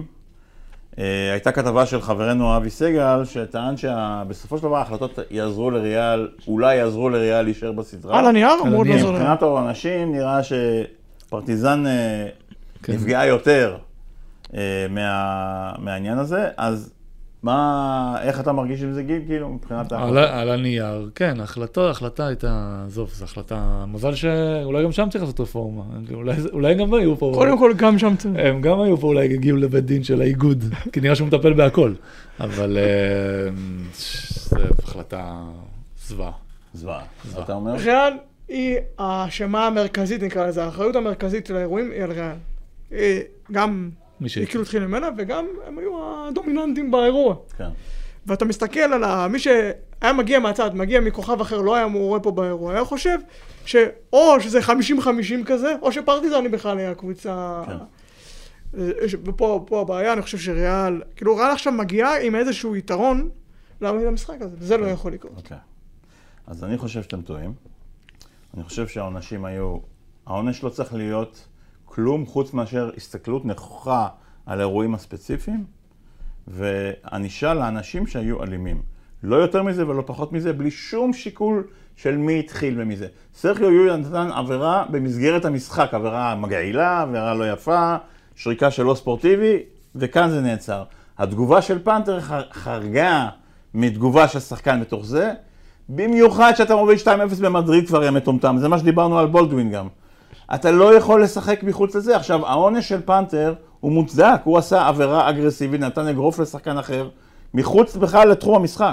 אה, הייתה כתבה של חברנו אבי סגל, שטען שבסופו של דבר ההחלטות יעזרו לריאל, אולי יעזרו לריאל להישאר בסדרה. על הנייר אמור הנייר. לעזור להם. מבחינת האנשים נראה שפרטיזן אה, כן. נפגעה יותר אה, מה, מהעניין הזה, אז מה, איך אתה מרגיש עם זה, גיל, כאילו, מבחינת על, ההחלטה? על הנייר, כן, ההחלטה, ההחלטה הייתה, עזוב, זו החלטה, מזל שאולי גם שם צריך לעשות רפורמה, אולי, אולי גם היו פה, קודם כל, גם שם צריך. הם גם היו פה, אולי הגיעו לבית דין של האיגוד, כי נראה שהוא מטפל בהכל, אבל אה, זו החלטה זוועה. זוועה. אתה אומר? ריאל היא האשמה המרכזית, נקרא לזה, האחריות המרכזית של האירועים היא על ריאל. היא גם, היא כאילו התחילה ממנה, וגם הם היו הדומיננטים באירוע. כן. ואתה מסתכל על ה... מי שהיה מגיע מהצד, מגיע מכוכב אחר, לא היה מעורה פה באירוע, היה חושב שאו שזה חמישים חמישים כזה, או שפרטיזן היא בכלל היה קבוצה... כן. ופה פה הבעיה, אני חושב שריאל, כאילו ריאל עכשיו מגיעה עם איזשהו יתרון למשחק הזה, וזה לא יכול לקרות. אוקיי. אז אני חושב שאתם טועים. אני חושב שהעונשים היו... העונש לא צריך להיות כלום חוץ מאשר הסתכלות נכוחה על האירועים הספציפיים, וענישה לאנשים שהיו אלימים. לא יותר מזה ולא פחות מזה, בלי שום שיקול של מי התחיל ומזה. סרחיו יוליה נתן עבירה במסגרת המשחק, עבירה מגעילה, עבירה לא יפה, שריקה שלא ספורטיבי, וכאן זה נעצר. התגובה של פנתר חרגה מתגובה של שחקן בתוך זה, במיוחד שאתה מוביל שתיים אפס במדריד כבר היה מטומטם, זה מה שדיברנו על בולדווין גם. אתה לא יכול לשחק מחוץ לזה. עכשיו, העונש של פנתר הוא מוצדק, הוא עשה עבירה אגרסיבית, נתן אגרוף לשחקן אחר, מחוץ בכלל לתחום המשחק.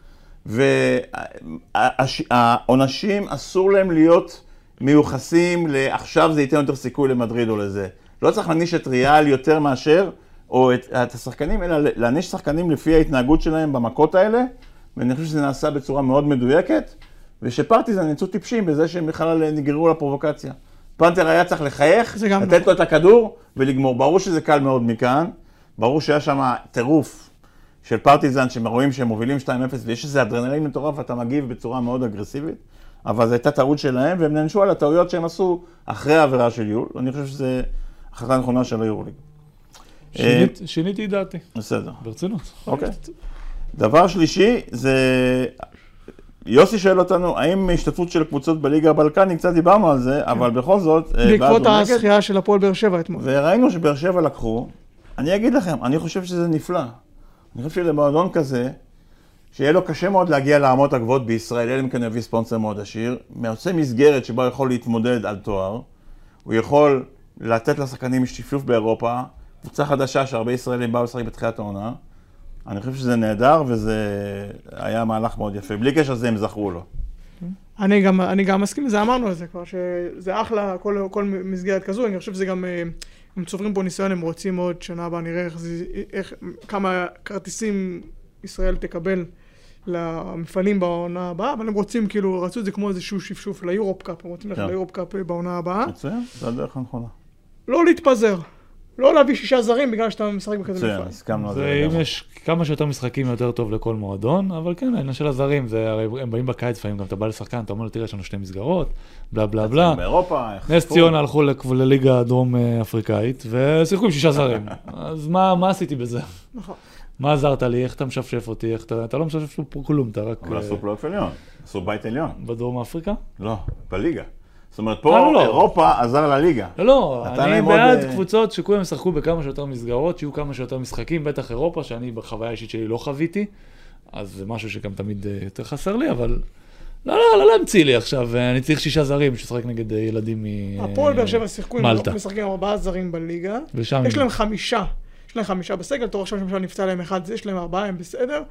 והעונשים אסור להם להיות מיוחסים לעכשיו זה ייתן יותר סיכוי למדריד או לזה. לא צריך להעניש את ריאל יותר מאשר, או את, את השחקנים, אלא להעניש שחקנים לפי ההתנהגות שלהם במכות האלה, ואני חושב שזה נעשה בצורה מאוד מדויקת, ושפרטיזן יצאו טיפשים בזה שהם בכלל נגררו לפרובוקציה. פנתר היה צריך לחייך, לתת לו את הכדור ולגמור. ברור שזה קל מאוד מכאן, ברור שהיה שם טירוף של פרטיזן שרואים שהם מובילים שתיים אפס, ויש איזה אדרנלין מטורף ואתה מגיב בצורה מאוד אגרסיבית, אבל זו הייתה טעות שלהם, והם נענשו על הטעויות שהם עשו אחרי העבירה של יול. אני חושב שזה החלטה נכונה של היורוליג. שיניתי דעתי. בסדר. ברצינות. אוקיי. דבר שלישי זה... יוסי שואל אותנו, האם השתתפות של קבוצות בליגה הבלקנית, קצת דיברנו על זה, אבל בכל זאת... בעקבות הזכייה של הפועל באר שבע אתמול. וראינו שבאר שבע לקחו, אני אגיד לכם, אני חושב שזה נפלא. אני חושב שלמועדון כזה, שיהיה לו קשה מאוד להגיע לעמות הגבוהות בישראל, אלא אם כן יביא ספונסר מאוד עשיר, מיוצא מסגרת שבה הוא יכול להתמודד על תואר, הוא יכול לתת לשחקנים שפשוף באירופה, קבוצה חדשה שהרבה ישראלים באו לשחק בתחילת העונה, אני חושב שזה נהדר, וזה היה מהלך מאוד יפה. בלי קשר לזה הם זכרו לו. אני גם, אני גם מסכים לזה, אמרנו על זה כבר, שזה אחלה, כל, כל מסגרת כזו. אני חושב שזה גם, הם צוברים פה ניסיון, הם רוצים עוד שנה הבאה, נראה איך, איך, כמה כרטיסים ישראל תקבל למפעלים בעונה הבאה, אבל הם רוצים, כאילו, רצו את זה כמו איזשהו שפשוף ליורופ קאפ, הם רוצים ללכת ליורופ קאפ בעונה הבאה. מצוין, זה הדרך הנכונה. לא להתפזר. לא להביא שישה זרים בגלל שאתה משחק בכזה מפעל. מצוין, הסכמנו על זה. אם יש כמה שיותר משחקים יותר טוב לכל מועדון, אבל כן, העניין של הזרים, הם באים בקיץ לפעמים, גם אתה בא לשחקן, אתה אומר לו, תראה, יש לנו שתי מסגרות, בלה בלה בלה. באירופה, נס ציונה הלכו לליגה הדרום אפריקאית, ושיחקו עם שישה זרים. אז מה עשיתי בזה? נכון. מה עזרת לי? איך אתה משפשף אותי? אתה לא משפשף פה כלום, אתה רק... אבל עשו פלייאוף עליון, עשו בית עליון. בדרום אפריקה? לא, בליגה. זאת אומרת, פה אירופה עזר לליגה. לא, לא, אני בעד קבוצות שכולם ישחקו בכמה שיותר מסגרות, שיהיו כמה שיותר משחקים, בטח אירופה, שאני בחוויה האישית שלי לא חוויתי, אז זה משהו שגם תמיד יותר חסר לי, אבל לא, לא, לא להמציא לי עכשיו, אני צריך שישה זרים ששחק נגד ילדים ממלטה. הפועל באר שבע שיחקו עם משחקים ארבעה זרים בליגה, יש להם חמישה, יש להם חמישה בסגל, תור עכשיו למשל נפצע להם אחד, יש להם ארבעה, הם בסדר.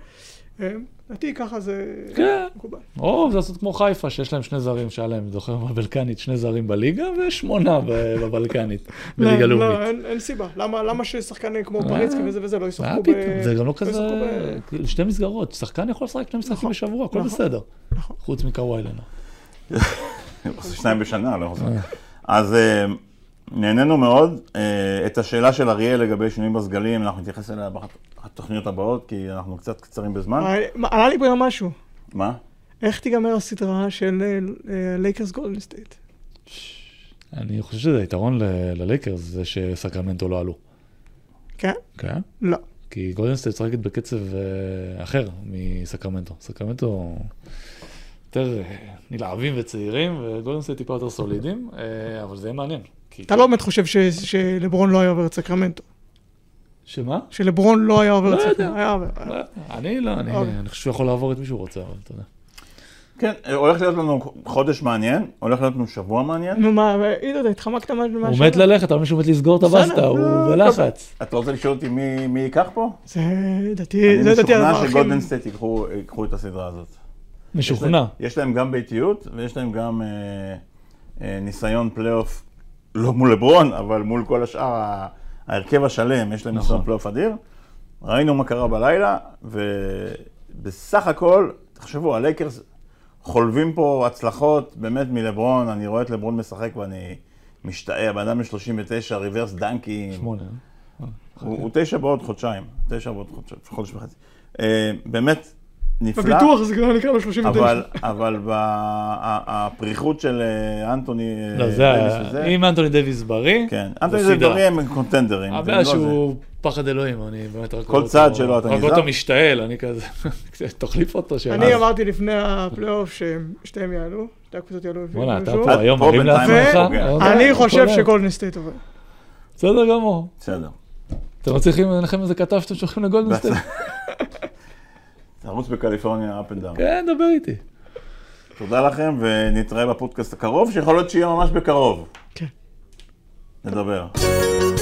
נתי, ככה זה מקובל. או, זה לעשות כמו חיפה, שיש להם שני זרים, שהיה להם, זוכר בבלקנית, שני זרים בליגה, ושמונה בבלקנית, בליגה לאומית. לא, אין סיבה. למה ששחקנים כמו פריצקי וזה וזה לא ישחקו ב... זה גם לא כזה... שתי מסגרות, שחקן יכול לשחק שני משחקים בשבוע, הכל בסדר. חוץ מקוואי לנו. שניים בשנה, לא חושב. אז נהנינו מאוד. את השאלה של אריאל לגבי שינויים בסגלים, אנחנו נתייחס אליה בתוכניות הבאות, כי אנחנו קצת קצרים בזמן. עלה לי פה משהו. מה? איך תיגמר הסדרה של לייקרס גולדן סטייט? אני חושב שזה יתרון ללייקרס, זה שסקרמנטו לא עלו. כן? כן? לא. כי גולדן סטייט שחקת בקצב אחר מסקרמנטו. סקרמנטו יותר נלהבים וצעירים, וגולדן סטייט טיפה יותר סולידים, אבל זה יהיה מעניין. אתה לא באמת חושב שלברון לא היה עובר את סקרמנטו? שמה? שלברון לא היה עובר לא את זה. יודע. היה עובר. אני לא, אני אוקיי. אני חושב שהוא יכול לעבור את מי שהוא רוצה, אבל אתה יודע. כן, הולך להיות לנו חודש מעניין, הולך להיות לנו שבוע מעניין. נו מה, איתו, אתה התחמקת מה... הוא מת ללכת, אבל מישהו מת לסגור את הבסטה, הוא בלחץ. אתה רוצה לשאול אותי מי מי ייקח פה? זה דעתי, זה דעתי אני הדבר משוכנע הכי... שגולדן סטייט ייקחו ייקחו את הסדרה הזאת. משוכנע. יש להם גם ביתיות, ויש להם גם אה, אה, ניסיון פלייאוף, לא מול לברון, אבל מול כל השאר, ה- ההרכב השלם, יש להם נכון. ניסיון פלייאוף אדיר. ראינו מה קרה בלילה, ובסך הכל, תחשבו, הלייקרס חולבים פה הצלחות באמת מלברון, אני רואה את לברון משחק ואני משתאה, הבן אדם ב-שלושים ותשע, ריברס דנקי, שמונה. הוא הוא תשע בעוד חודשיים, תשע בעוד חודש, חודש וחצי. אה, באמת נפלא. בביטוח זה כבר נקרא לו שלושים ותשע. אבל, אבל ב- ה- הפריחות של אה, אנטוני אה, לא, זה דייוויס היה, וזה, אם אנטוני דייוויס בריא, כן, זה אנטוני סדרה. דייוויס הם קונטנדרים. זה הבעיה לא שהוא פחד אלוהים, אני באמת רק כל רואה צעד אותו- שלו אתה רק נזהר? אותו משתעל, אני כזה, תחליף אותו שם. אני אמרתי לפני הפלייאוף ששתיהם יעלו, שתי הקבוצות יעלו. וואלה, אתה ויעלו. פה היום פה מרים בינתיים לעצמך? אני פוגע. אוקיי, אני חושב הכל שגולדן סטייט עובר. בסדר גמור. בסדר. אתם לא צריכים לכם איזה כתב שאתם שולחים לגולדן סטייט? תרוץ בקליפורניה, up and down. כן, דבר איתי. תודה לכם, ונתראה בפודקאסט הקרוב, שיכול להיות שיהיה ממש בקרוב. כן. נדבר.